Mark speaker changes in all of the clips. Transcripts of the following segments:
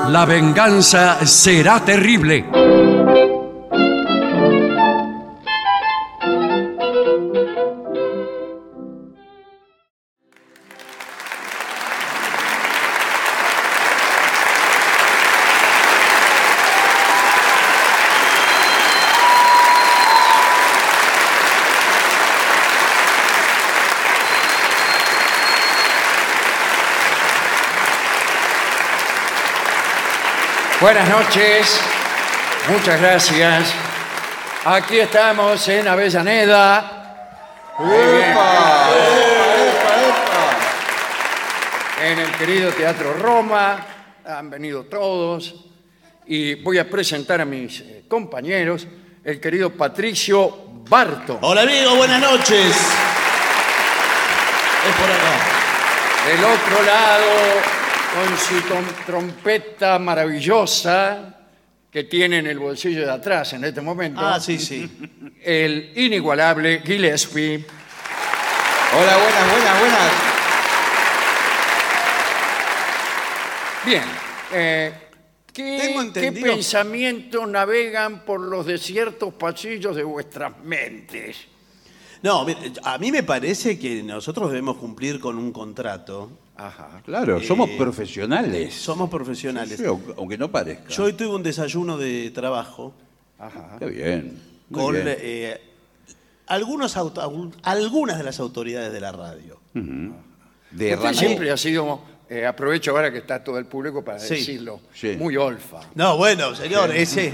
Speaker 1: La venganza será terrible.
Speaker 2: Buenas noches, muchas gracias. Aquí estamos en Avellaneda. En el querido Teatro Roma. Han venido todos. Y voy a presentar a mis compañeros, el querido Patricio Barto.
Speaker 3: Hola amigo, buenas noches. Es por acá.
Speaker 2: Del otro lado, con su trompeta maravillosa que tiene en el bolsillo de atrás en este momento.
Speaker 3: Ah, sí, sí.
Speaker 2: El inigualable Gillespie.
Speaker 3: Hola, buenas.
Speaker 2: Bien.
Speaker 3: Tengo
Speaker 2: ¿Qué
Speaker 3: entendido.
Speaker 2: pensamientos navegan por los desiertos pasillos de vuestras mentes?
Speaker 3: No, mire, a mí me parece que nosotros debemos cumplir con un contrato.
Speaker 2: Ajá.
Speaker 4: Claro, somos profesionales.
Speaker 3: Somos profesionales.
Speaker 4: Sí, aunque no parezca.
Speaker 3: Yo hoy tuve un desayuno de trabajo
Speaker 2: Ajá.
Speaker 4: Qué bien. Muy
Speaker 3: con
Speaker 4: bien.
Speaker 3: algunas de las autoridades de la radio.
Speaker 4: De
Speaker 2: Usted
Speaker 4: radio.
Speaker 2: siempre ha sido, aprovecho ahora que está todo el público para
Speaker 3: Sí,
Speaker 2: decirlo,
Speaker 4: sí.
Speaker 2: muy olfa.
Speaker 3: No, bueno, señor, ese.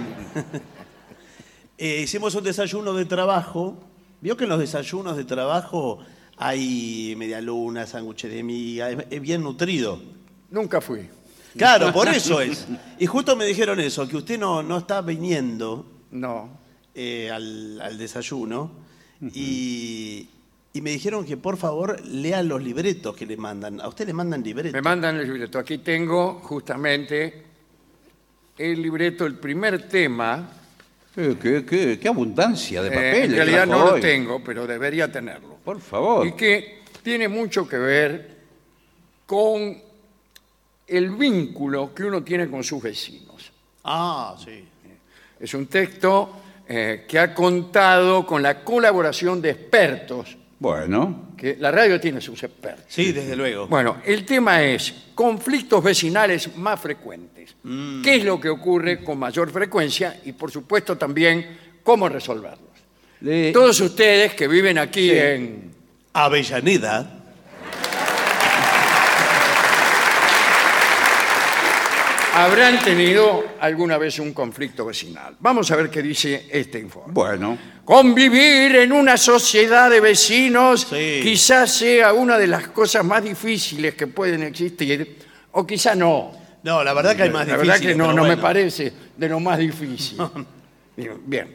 Speaker 3: Hicimos un desayuno de trabajo. Vio que en los desayunos de trabajo hay medialuna, sándwiches de miga, es bien nutrido.
Speaker 2: Nunca fui.
Speaker 3: Claro, por eso es. Y justo me dijeron eso, que usted no está viniendo
Speaker 2: No.
Speaker 3: al desayuno. Y me dijeron que por favor lea los libretos que le mandan. ¿A usted le mandan libretos?
Speaker 2: Me mandan el libreto. Aquí tengo justamente el libreto, el primer tema.
Speaker 4: Qué abundancia de papel.
Speaker 2: En realidad
Speaker 4: trajo
Speaker 2: no lo
Speaker 4: hoy.
Speaker 2: tengo, pero debería tenerlo.
Speaker 4: Por favor.
Speaker 2: Y que tiene mucho que ver con el vínculo que uno tiene con sus vecinos.
Speaker 3: Ah, sí.
Speaker 2: Es un texto que ha contado con la colaboración de expertos,
Speaker 4: Bueno.
Speaker 2: que la radio tiene sus expertos.
Speaker 3: Sí, desde luego.
Speaker 2: Bueno, el tema es conflictos vecinales más frecuentes. ¿Qué es lo que ocurre con mayor frecuencia? Y por supuesto también cómo resolverlos. Todos ustedes que viven aquí
Speaker 3: Sí.
Speaker 2: en
Speaker 3: Avellaneda.
Speaker 2: habrán tenido alguna vez un conflicto vecinal. Vamos a ver qué dice este informe.
Speaker 4: Bueno.
Speaker 2: Convivir en una sociedad de vecinos
Speaker 3: Sí.
Speaker 2: quizás sea una de las cosas más difíciles que pueden existir, o quizá no.
Speaker 3: No, la verdad que hay más
Speaker 2: La
Speaker 3: difíciles.
Speaker 2: verdad que no,
Speaker 3: pero
Speaker 2: no me
Speaker 3: bueno.
Speaker 2: parece de lo más difícil. Bien.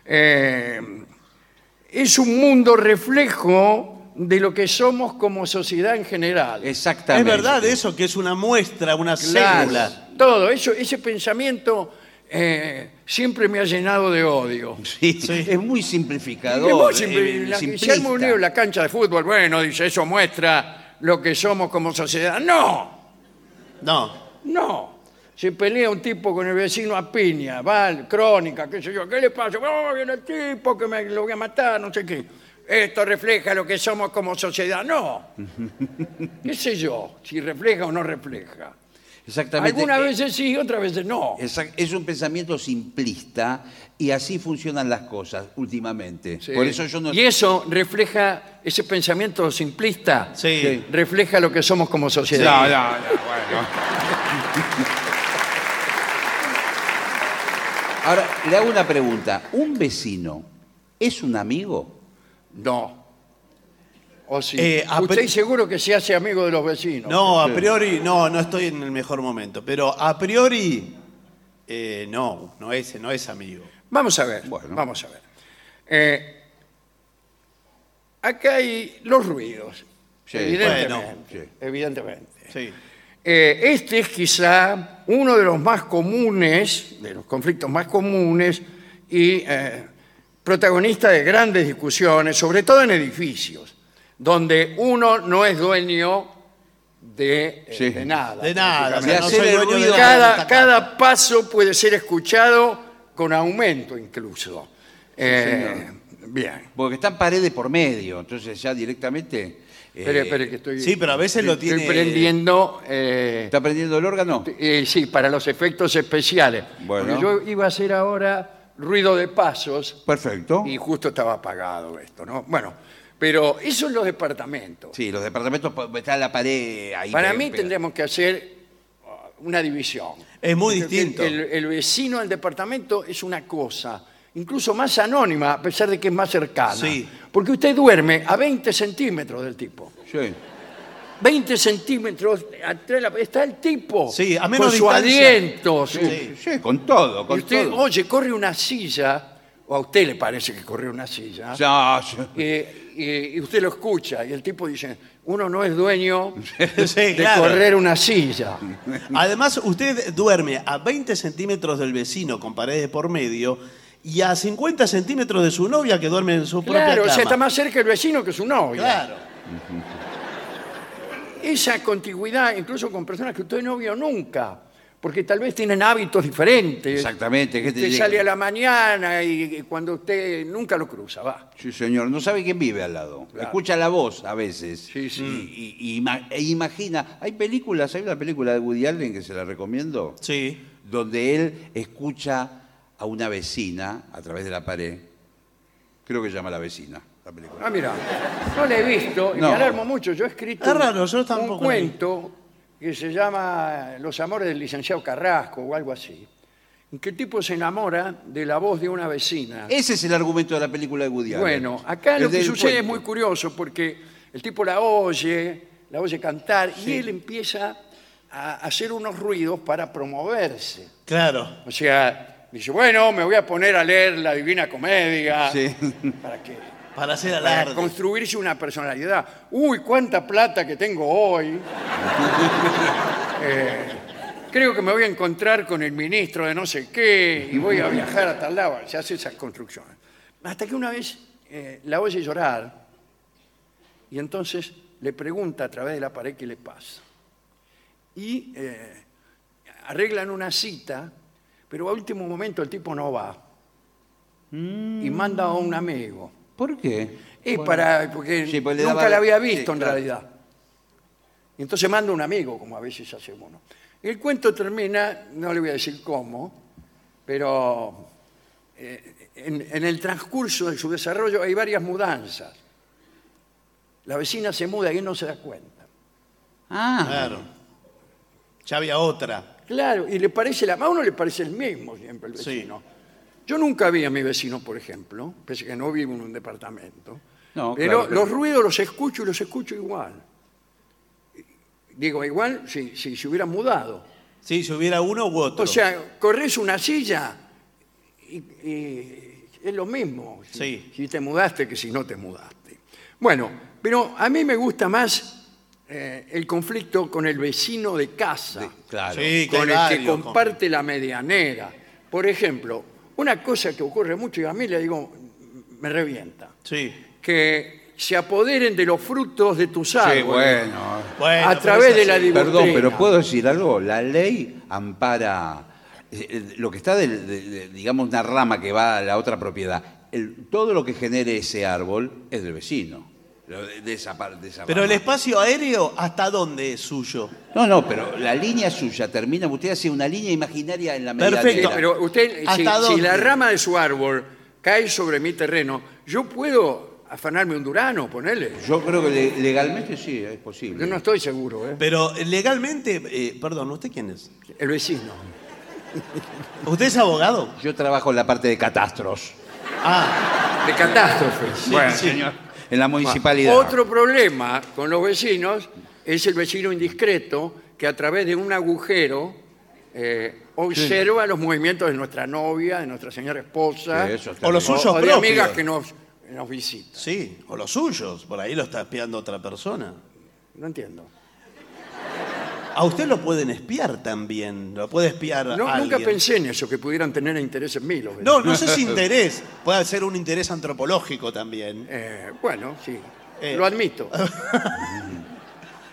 Speaker 2: Es un mundo reflejo de lo que somos como sociedad en general.
Speaker 4: Exactamente.
Speaker 3: Es verdad eso, que es una muestra, una
Speaker 2: Claro,
Speaker 3: célula.
Speaker 2: todo eso, ese pensamiento siempre me ha llenado de odio.
Speaker 4: Sí,
Speaker 3: Sí.
Speaker 4: es muy simplificador.
Speaker 2: Es muy simple. Si
Speaker 4: simplista.
Speaker 2: arma un lío en la cancha de fútbol, bueno, dice, eso muestra lo que somos como sociedad. ¡No!
Speaker 3: No.
Speaker 2: Se pelea un tipo con el vecino a piña, va, crónica, qué sé yo, ¿qué le pasa? Oh, viene el tipo que me lo voy a matar, no sé qué. Esto refleja lo que somos como sociedad. No. ¿Qué sé yo? Si refleja o no refleja.
Speaker 4: Exactamente.
Speaker 2: Algunas veces sí, otras veces no.
Speaker 4: Es un pensamiento simplista y así funcionan las cosas últimamente.
Speaker 2: Sí.
Speaker 4: Por eso yo no.
Speaker 2: Y eso refleja, ese pensamiento simplista,
Speaker 3: Sí.
Speaker 2: refleja lo que somos como sociedad.
Speaker 4: bueno. Ahora, le hago una pregunta. ¿Un vecino es un amigo?
Speaker 2: No. ¿O sí?
Speaker 3: a
Speaker 2: ¿Usted
Speaker 3: pri-
Speaker 2: seguro que se hace amigo de los vecinos?
Speaker 3: No, a priori, no estoy en el mejor momento. Pero a priori, no es amigo.
Speaker 2: Vamos a ver,
Speaker 4: Bueno.
Speaker 2: vamos a ver. Acá hay los ruidos,
Speaker 4: Sí,
Speaker 2: evidentemente.
Speaker 3: bueno,
Speaker 4: sí.
Speaker 2: Evidentemente.
Speaker 3: Sí.
Speaker 2: Este es quizá uno de los más comunes, de los conflictos más comunes y protagonista de grandes discusiones, sobre todo en edificios, donde uno no es dueño
Speaker 4: Sí.
Speaker 2: de nada.
Speaker 3: De nada,
Speaker 2: prácticamente.
Speaker 3: no
Speaker 4: hacer
Speaker 3: soy
Speaker 4: el
Speaker 3: dueño de
Speaker 4: ruido-
Speaker 3: nada.
Speaker 2: Cada paso puede ser escuchado con aumento incluso. Bien.
Speaker 4: Porque están paredes por medio, entonces ya directamente...
Speaker 2: Espere que estoy,
Speaker 3: Sí, pero a veces lo
Speaker 2: estoy
Speaker 3: tiene-
Speaker 2: prendiendo.
Speaker 4: ¿Está prendiendo el órgano?
Speaker 2: Sí, para los efectos especiales.
Speaker 4: Bueno.
Speaker 2: Porque yo iba a hacer ahora ruido de pasos
Speaker 4: Perfecto.
Speaker 2: y justo estaba apagado esto, ¿no? Bueno, pero eso en los departamentos.
Speaker 4: Sí, los departamentos está en la pared ahí.
Speaker 2: Para
Speaker 4: pega-
Speaker 2: mí
Speaker 4: pega.
Speaker 2: tendríamos que hacer una división.
Speaker 3: Es muy
Speaker 2: Porque
Speaker 3: distinto.
Speaker 2: El vecino del departamento es una cosa, incluso más anónima, a pesar de que es más cercana.
Speaker 3: Sí.
Speaker 2: Porque usted duerme a 20 centímetros del tipo.
Speaker 4: Sí.
Speaker 2: 20 centímetros atrás está el tipo.
Speaker 3: Sí, a menos
Speaker 2: con su
Speaker 3: distancia.
Speaker 2: aliento.
Speaker 4: Sí, con todo,
Speaker 2: Y
Speaker 4: con
Speaker 2: usted,
Speaker 4: todo.
Speaker 2: oye, corre una silla, o a usted le parece que corre una silla,
Speaker 4: Ya, ya.
Speaker 2: y usted lo escucha, y el tipo dice, uno no es dueño
Speaker 3: Sí,
Speaker 2: de
Speaker 3: claro.
Speaker 2: correr una silla.
Speaker 3: Además, usted duerme a 20 centímetros del vecino con paredes por medio y a 50 centímetros de su novia que duerme en su propia
Speaker 2: Claro, o
Speaker 3: cama.
Speaker 2: sea, está más cerca el vecino que su novia.
Speaker 3: Claro.
Speaker 2: Esa contigüidad, incluso con personas que usted no vio nunca, porque tal vez tienen hábitos diferentes.
Speaker 4: Exactamente, gente
Speaker 2: Usted
Speaker 4: llega-
Speaker 2: sale a la mañana y cuando usted nunca lo cruza, va.
Speaker 4: Sí, señor. No sabe quién vive al lado.
Speaker 2: Claro.
Speaker 4: Escucha la voz a veces.
Speaker 2: Sí, sí.
Speaker 4: E imagina. Hay una película de Woody Allen que se la recomiendo,
Speaker 3: Sí.
Speaker 4: donde él escucha a una vecina a través de la pared. Creo que se llama La Vecina, la película.
Speaker 2: Ah, mira, no la he visto y
Speaker 4: No.
Speaker 2: me alarmo mucho. Yo he escrito
Speaker 3: Es raro, yo
Speaker 2: un
Speaker 3: tampoco la
Speaker 2: cuento que se llama Los amores del licenciado Carrasco o algo así, en que el tipo se enamora de la voz de una vecina.
Speaker 4: Ese es el argumento de la película de Woody Allen.
Speaker 2: Bueno, acá lo
Speaker 4: Es
Speaker 2: que
Speaker 4: del
Speaker 2: sucede es
Speaker 4: cuento.
Speaker 2: muy curioso porque el tipo la oye cantar y él empieza a hacer unos ruidos para promoverse.
Speaker 3: Claro.
Speaker 2: O sea, dice, bueno, me voy a poner a leer la Divina Comedia
Speaker 4: Sí.
Speaker 2: para que
Speaker 3: Para hacer
Speaker 2: para
Speaker 3: alarde.
Speaker 2: construirse una personalidad. Uy, cuánta plata que tengo hoy. Creo que me voy a encontrar con el ministro de no sé qué y voy a viajar a tal lado. Se hace esas construcciones. Hasta que una vez la oye llorar y entonces le pregunta a través de la pared qué le pasa. Y arreglan una cita, pero a último momento el tipo no va. Y manda a un amigo.
Speaker 4: ¿Por qué?
Speaker 2: Porque
Speaker 4: Sí, pues le
Speaker 2: nunca
Speaker 4: daba-
Speaker 2: la había visto
Speaker 4: sí,
Speaker 2: en
Speaker 4: claro.
Speaker 2: realidad. Y entonces manda un amigo, como a veces hace uno. El cuento termina, no le voy a decir cómo, pero en el transcurso de su desarrollo hay varias mudanzas. La vecina se muda y él no se da cuenta.
Speaker 4: Ah,
Speaker 3: Claro. Ya había otra.
Speaker 2: Claro, y le parece a uno le parece el mismo siempre el
Speaker 3: Sí.
Speaker 2: vecino. Yo nunca vi a mi vecino, por ejemplo, pese a que no vivo en un departamento.
Speaker 4: No,
Speaker 2: pero
Speaker 4: claro, pero-
Speaker 2: los ruidos los escucho y los escucho igual. Digo, igual si se hubieran mudado.
Speaker 3: Sí, si hubiera uno u otro.
Speaker 2: O sea, corres una silla y es lo mismo
Speaker 3: Sí.
Speaker 2: si te mudaste que si no te mudaste. Bueno, pero a mí me gusta más el conflicto con el vecino de casa.
Speaker 4: claro.
Speaker 3: Sí,
Speaker 2: Con el que
Speaker 3: varios,
Speaker 2: comparte la medianera. Por ejemplo, una cosa que ocurre mucho y a mí le digo, me revienta,
Speaker 3: Sí.
Speaker 2: que se apoderen de los frutos de tus
Speaker 4: Sí,
Speaker 2: árboles
Speaker 4: bueno.
Speaker 3: Bueno,
Speaker 2: a
Speaker 3: pero
Speaker 2: través
Speaker 3: es
Speaker 2: de la
Speaker 3: así.
Speaker 2: divorcina.
Speaker 4: Perdón, pero ¿puedo decir algo? La ley ampara lo que está, digamos, una rama que va a la otra propiedad. Todo lo que genere ese árbol es del vecino. De esa
Speaker 3: Pero el
Speaker 4: rama.
Speaker 3: espacio aéreo, ¿hasta dónde es suyo?
Speaker 4: No, pero la línea suya termina, usted hace una línea imaginaria en la medianera.
Speaker 3: Perfecto.
Speaker 2: Pero usted, si
Speaker 3: ¿Hasta dónde?
Speaker 2: la rama de su árbol cae sobre mi terreno, yo puedo afanarme un durano, ponerle.
Speaker 4: Yo creo que legalmente sí, es posible.
Speaker 2: Yo no estoy seguro, ¿eh?
Speaker 3: Pero legalmente, perdón, ¿usted quién es?
Speaker 2: El vecino.
Speaker 3: ¿Usted es abogado?
Speaker 4: Yo trabajo en la parte de catastros.
Speaker 3: Ah,
Speaker 2: De catástrofes.
Speaker 4: Bueno,
Speaker 3: sí.
Speaker 4: señor, en la municipalidad.
Speaker 2: Otro problema con los vecinos es el vecino indiscreto que a través de un agujero observa los movimientos de nuestra novia, de nuestra señora esposa,
Speaker 4: Sí, eso está
Speaker 3: O los
Speaker 4: bien.
Speaker 3: suyos
Speaker 2: o de
Speaker 3: propios.
Speaker 2: amigas que nos visitan.
Speaker 3: sí, o los suyos. Por ahí lo está espiando otra persona.
Speaker 2: No entiendo.
Speaker 3: A usted lo pueden espiar también. Lo puede espiar
Speaker 2: No,
Speaker 3: alguien.
Speaker 2: nunca pensé en eso, que pudieran tener interés en mí los
Speaker 3: No,
Speaker 2: vecinos.
Speaker 3: no sé si interés. Puede ser un interés antropológico también.
Speaker 2: Bueno, sí,
Speaker 3: Eh.
Speaker 2: lo admito.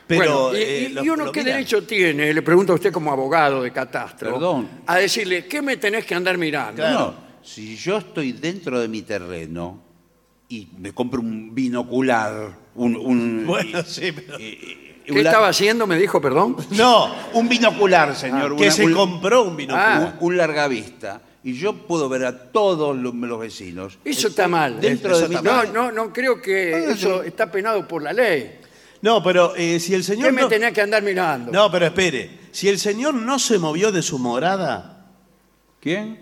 Speaker 3: Pero,
Speaker 2: Bueno, y
Speaker 3: lo-
Speaker 2: uno
Speaker 3: lo
Speaker 2: qué
Speaker 3: miran.
Speaker 2: derecho tiene, le pregunto a usted como abogado de catastro,
Speaker 4: Perdón.
Speaker 2: a decirle, ¿qué me tenés que andar mirando?
Speaker 3: Claro.
Speaker 4: No, si yo estoy dentro de mi terreno y me compro un binocular,
Speaker 3: Bueno, sí, pero...
Speaker 2: ¿Qué estaba haciendo? Me dijo, perdón.
Speaker 3: No,
Speaker 4: Un binocular, señor.
Speaker 3: que se compró un binocular.
Speaker 4: un largavista. Y yo puedo ver a todos los vecinos.
Speaker 2: Eso está mal.
Speaker 4: Dentro de
Speaker 3: Eso
Speaker 4: mi
Speaker 3: está mal.
Speaker 2: No creo que eso está penado por la ley.
Speaker 3: No, pero si el señor...
Speaker 2: ¿Qué me
Speaker 3: no-
Speaker 2: tenía que andar mirando?
Speaker 3: No, pero espere. Si el señor no se movió de su morada,
Speaker 4: ¿Quién?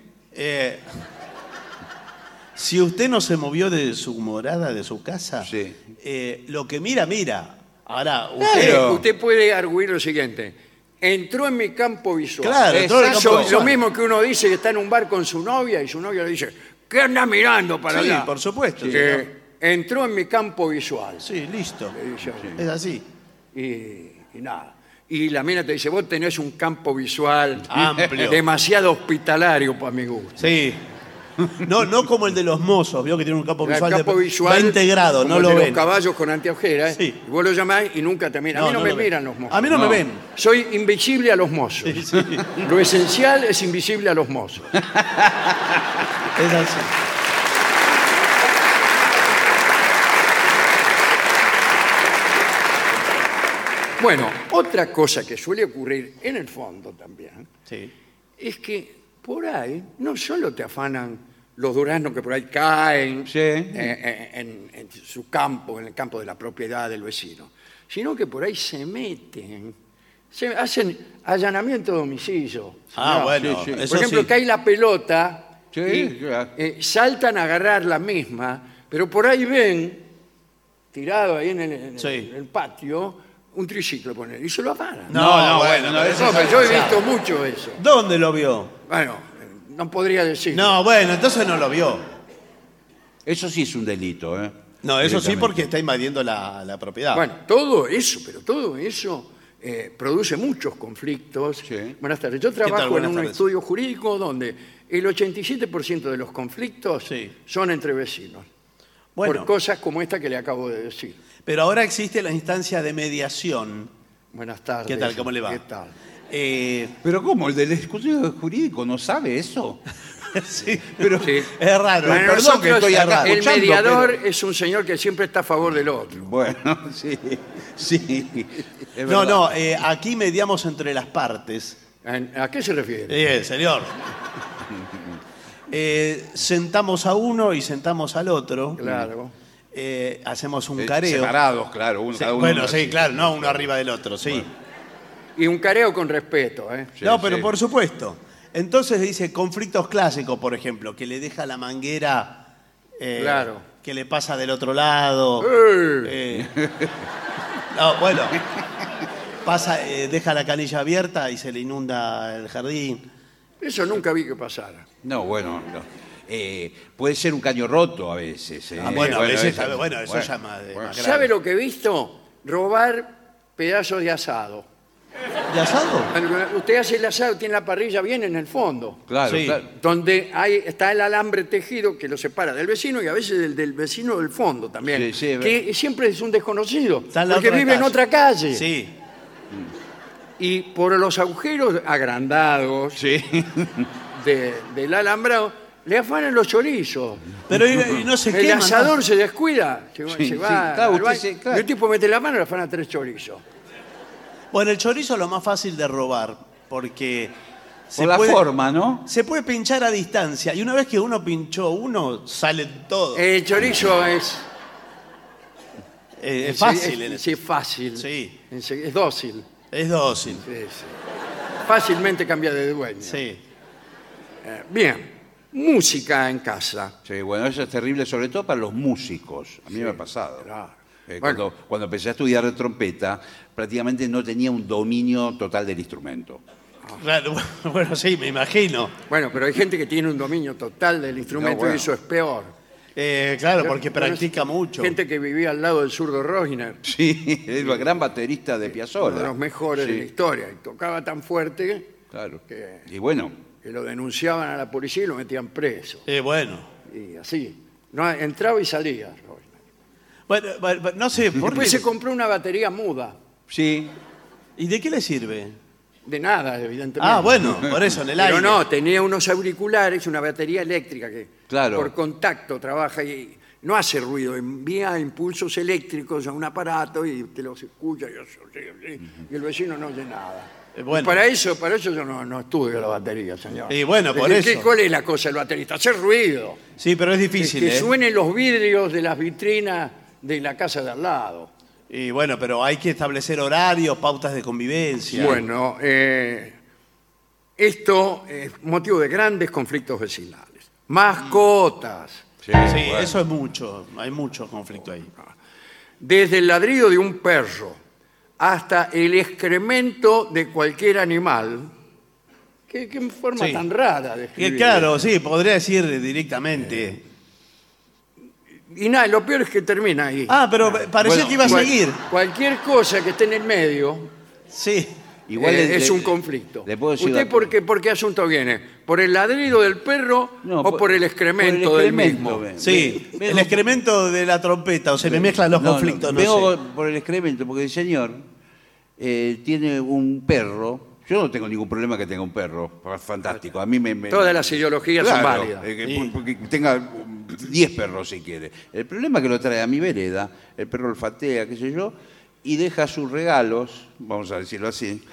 Speaker 3: si usted no se movió de su morada, de su casa,
Speaker 4: Sí.
Speaker 3: Lo que mira, mira. Ahora, usted...
Speaker 4: Pero-
Speaker 2: Usted puede arguir lo siguiente. Entró en mi campo visual.
Speaker 3: Claro, entró en el
Speaker 2: Eso
Speaker 3: campo
Speaker 2: es
Speaker 3: visual.
Speaker 2: lo mismo que uno dice que está en un bar con su novia y su novia le dice, ¿qué andas mirando para
Speaker 3: Sí,
Speaker 2: allá?
Speaker 3: por supuesto. señor.
Speaker 2: Entró en mi campo visual.
Speaker 3: Sí, listo.
Speaker 2: Le dice así.
Speaker 3: Es así.
Speaker 2: Y nada. Y la mina te dice, vos tenés un campo visual
Speaker 3: Amplio.
Speaker 2: demasiado hospitalario para mi gusto.
Speaker 3: Sí. No como el de los mozos, vio que tiene un campo
Speaker 2: El
Speaker 3: visual
Speaker 2: campo
Speaker 3: de
Speaker 2: visual
Speaker 3: 20 grados,
Speaker 2: como
Speaker 3: no
Speaker 2: el
Speaker 3: lo
Speaker 2: de
Speaker 3: ven.
Speaker 2: los caballos con anteojeras.
Speaker 3: Sí.
Speaker 2: Y vos lo llamás y nunca te miran. A mí no me
Speaker 3: lo ven.
Speaker 2: miran los mozos.
Speaker 3: A mí no me ven.
Speaker 2: Soy invisible a los mozos.
Speaker 3: Sí.
Speaker 2: Lo esencial es invisible a los mozos.
Speaker 3: Es así.
Speaker 2: Bueno, otra cosa que suele ocurrir en el fondo también
Speaker 3: Sí.
Speaker 2: es que por ahí no solo te afanan los duraznos que por ahí caen
Speaker 4: Sí.
Speaker 2: en su campo, en el campo de la propiedad del vecino, sino que por ahí se meten, se hacen allanamiento de domicilio.
Speaker 3: Ah,
Speaker 2: señor.
Speaker 3: bueno,
Speaker 4: Sí, sí.
Speaker 3: eso
Speaker 2: Por ejemplo,
Speaker 3: sí.
Speaker 2: cae la pelota
Speaker 4: Sí,
Speaker 2: y
Speaker 4: claro.
Speaker 2: saltan a agarrar la misma, pero por ahí ven, tirado ahí
Speaker 3: Sí.
Speaker 2: en el patio, un triciclo poner y se lo afanan.
Speaker 3: No,
Speaker 4: bueno,
Speaker 3: pero
Speaker 4: eso
Speaker 2: No,
Speaker 3: es
Speaker 2: pero yo he
Speaker 3: demasiado.
Speaker 2: visto mucho eso.
Speaker 3: ¿Dónde lo vio?
Speaker 2: Bueno, no podría decir.
Speaker 3: No, bueno, entonces no lo vio.
Speaker 4: Eso sí es un delito, ¿eh?
Speaker 3: No, eso sí
Speaker 4: Directamente.
Speaker 3: porque está invadiendo la propiedad.
Speaker 2: Bueno, todo eso, pero todo eso produce muchos conflictos.
Speaker 4: Sí.
Speaker 2: Buenas tardes. Yo
Speaker 3: tal?
Speaker 2: trabajo en
Speaker 3: Buenas
Speaker 2: un
Speaker 3: tardes.
Speaker 2: estudio jurídico donde el 87% de los conflictos
Speaker 3: Sí.
Speaker 2: son entre vecinos.
Speaker 3: Bueno.
Speaker 2: Por cosas como esta que le acabo de decir.
Speaker 3: Pero ahora existe la instancia de mediación.
Speaker 2: Buenas tardes.
Speaker 3: ¿Qué tal? ¿Cómo le va?
Speaker 2: ¿Qué tal?
Speaker 4: Pero ¿cómo? ¿El del estudio jurídico no sabe eso?
Speaker 3: Sí,
Speaker 4: Pero
Speaker 2: Sí.
Speaker 3: es raro.
Speaker 2: Bueno,
Speaker 4: perdón
Speaker 2: nosotros,
Speaker 4: que estoy acá
Speaker 2: el
Speaker 4: escuchando,
Speaker 2: mediador
Speaker 4: pero-
Speaker 2: es un señor que siempre está a favor del otro.
Speaker 4: Bueno, sí, sí. es
Speaker 3: No,
Speaker 4: verdad.
Speaker 3: no, aquí mediamos entre las partes.
Speaker 2: ¿A qué se refiere?
Speaker 3: Bien, señor. Sentamos a uno y sentamos al otro.
Speaker 2: Claro.
Speaker 3: Hacemos un careo.
Speaker 4: Separados, claro. Uno,
Speaker 3: Sí,
Speaker 4: cada uno
Speaker 3: bueno, sí, claro, no uno arriba del otro, sí.
Speaker 2: Y un careo con respeto, ¿eh?
Speaker 4: Sí,
Speaker 3: no, pero
Speaker 4: sí.
Speaker 3: por supuesto. Entonces dice conflictos clásicos, por ejemplo, que le deja la manguera
Speaker 2: Claro.
Speaker 3: que le pasa del otro lado. No, bueno, pasa, deja la canilla abierta y se le inunda el jardín.
Speaker 2: Eso nunca vi que pasara.
Speaker 4: No, bueno, no. Puede ser un caño roto a veces.
Speaker 3: Ah, bueno, a veces,
Speaker 4: eso-
Speaker 3: bueno, eso ya más grave.
Speaker 2: ¿Sabe lo que he visto? Robar pedazos de asado.
Speaker 3: ¿De asado?
Speaker 2: Usted hace el asado, tiene la parrilla bien en el fondo,
Speaker 4: Claro,
Speaker 3: Sí.
Speaker 4: claro.
Speaker 2: donde está el alambre tejido que lo separa del vecino y a veces del vecino del fondo también,
Speaker 4: Sí, sí,
Speaker 2: que siempre es un desconocido,
Speaker 3: Está en la
Speaker 2: porque
Speaker 3: otra
Speaker 2: vive en
Speaker 3: calle.
Speaker 2: otra calle.
Speaker 3: Sí.
Speaker 2: Y por los agujeros agrandados
Speaker 4: Sí.
Speaker 2: del alambrado, le afanan los chorizos.
Speaker 3: Pero y no se
Speaker 2: El
Speaker 3: quema. ¿no?
Speaker 2: asador se descuida, se
Speaker 4: Sí,
Speaker 2: va
Speaker 4: sí, claro,
Speaker 2: al
Speaker 4: usted
Speaker 2: baño,
Speaker 4: se- claro.
Speaker 2: y el tipo mete la mano y le afana 3 chorizos.
Speaker 3: Bueno, el chorizo es lo más fácil de robar, porque
Speaker 4: Por la forma, ¿no?
Speaker 3: se puede pinchar a distancia, y una vez que uno pinchó uno, sale todo.
Speaker 2: El chorizo es
Speaker 3: Es fácil.
Speaker 2: Sí, es fácil.
Speaker 3: Sí.
Speaker 2: Es dócil.
Speaker 3: Es dócil.
Speaker 2: Sí, sí. Fácilmente cambia de dueño.
Speaker 3: Sí.
Speaker 2: Bien, música en casa.
Speaker 4: Sí, bueno, eso es terrible, sobre todo para los músicos. A mí me ha pasado.
Speaker 2: Claro.
Speaker 4: Cuando,
Speaker 2: Bueno.
Speaker 4: cuando empecé a estudiar trompeta, prácticamente no tenía un dominio total del instrumento.
Speaker 3: Claro, bueno, sí, me imagino.
Speaker 2: Bueno, pero hay gente que tiene un dominio total del instrumento
Speaker 4: No, bueno.
Speaker 2: y eso es peor.
Speaker 3: Claro, porque
Speaker 2: Pero es
Speaker 3: practica mucho.
Speaker 2: Gente que vivía al lado del zurdo Rosner,
Speaker 4: Sí, es el gran baterista de Piazzolla.
Speaker 2: uno de los mejores de la
Speaker 4: Sí,
Speaker 2: historia, y tocaba tan fuerte
Speaker 4: claro.
Speaker 2: que-
Speaker 4: Y bueno,
Speaker 2: que lo denunciaban a la policía y lo metían preso.
Speaker 3: Bueno.
Speaker 2: Y así. No, entraba y salía Rosner.
Speaker 3: Bueno, no sé, ¿por
Speaker 2: Después
Speaker 3: qué?
Speaker 2: se compró una batería muda.
Speaker 4: Sí.
Speaker 3: ¿Y de qué le sirve?
Speaker 2: De nada, evidentemente.
Speaker 3: Ah, bueno, por eso, en el aire.
Speaker 2: Pero no, tenía unos auriculares, una batería eléctrica que
Speaker 4: Claro.
Speaker 2: por contacto trabaja y no hace ruido, envía impulsos eléctricos a un aparato y te los escucha y el vecino no oye nada.
Speaker 3: Bueno.
Speaker 2: Para eso yo no estudio la batería, señor.
Speaker 3: Y bueno, por eso.
Speaker 2: ¿Cuál es la cosa del baterista? Hacer ruido.
Speaker 3: Sí, pero es difícil,
Speaker 2: Que
Speaker 3: ¿eh?
Speaker 2: suenen los vidrios de las vitrinas de la casa de al lado.
Speaker 3: Y bueno, pero hay que establecer horarios, pautas de convivencia.
Speaker 2: Bueno, esto es motivo de grandes conflictos vecinales. Mascotas.
Speaker 3: Sí,
Speaker 4: bueno.
Speaker 3: eso es mucho. Hay mucho conflicto ahí.
Speaker 2: Desde el ladrido de un perro hasta el excremento de cualquier animal. Qué forma
Speaker 3: Sí.
Speaker 2: tan rara de
Speaker 3: Que
Speaker 2: escribir.
Speaker 3: claro, sí, podría decir directamente.
Speaker 2: Y nada, lo peor es que termina ahí.
Speaker 3: Ah, pero parecía
Speaker 4: Bueno,
Speaker 3: que iba a
Speaker 2: Cual-
Speaker 3: seguir.
Speaker 2: Cualquier cosa que esté en el medio
Speaker 3: Sí.
Speaker 4: Igual
Speaker 2: es un conflicto.
Speaker 4: le puedo decir
Speaker 2: ¿Usted
Speaker 4: una-
Speaker 2: por qué asunto viene? ¿Por el ladrido del perro
Speaker 4: No,
Speaker 2: o por el excremento
Speaker 4: por el
Speaker 2: del
Speaker 4: excremento,
Speaker 2: mismo?
Speaker 3: Sí,
Speaker 4: Vengo-
Speaker 3: el excremento de la trompeta, o se me mezclan los conflictos, no
Speaker 4: vengo
Speaker 3: sé.
Speaker 4: por el excremento, porque el señor tiene un perro. Yo no tengo ningún problema que tenga un perro. Fantástico. A mí me...
Speaker 2: Todas las ideologías son
Speaker 4: Claro,
Speaker 2: válidas.
Speaker 4: que tenga 10 perros si quiere. El problema es que lo trae a mi vereda, el perro olfatea, qué sé yo, y deja sus regalos, vamos a decirlo así.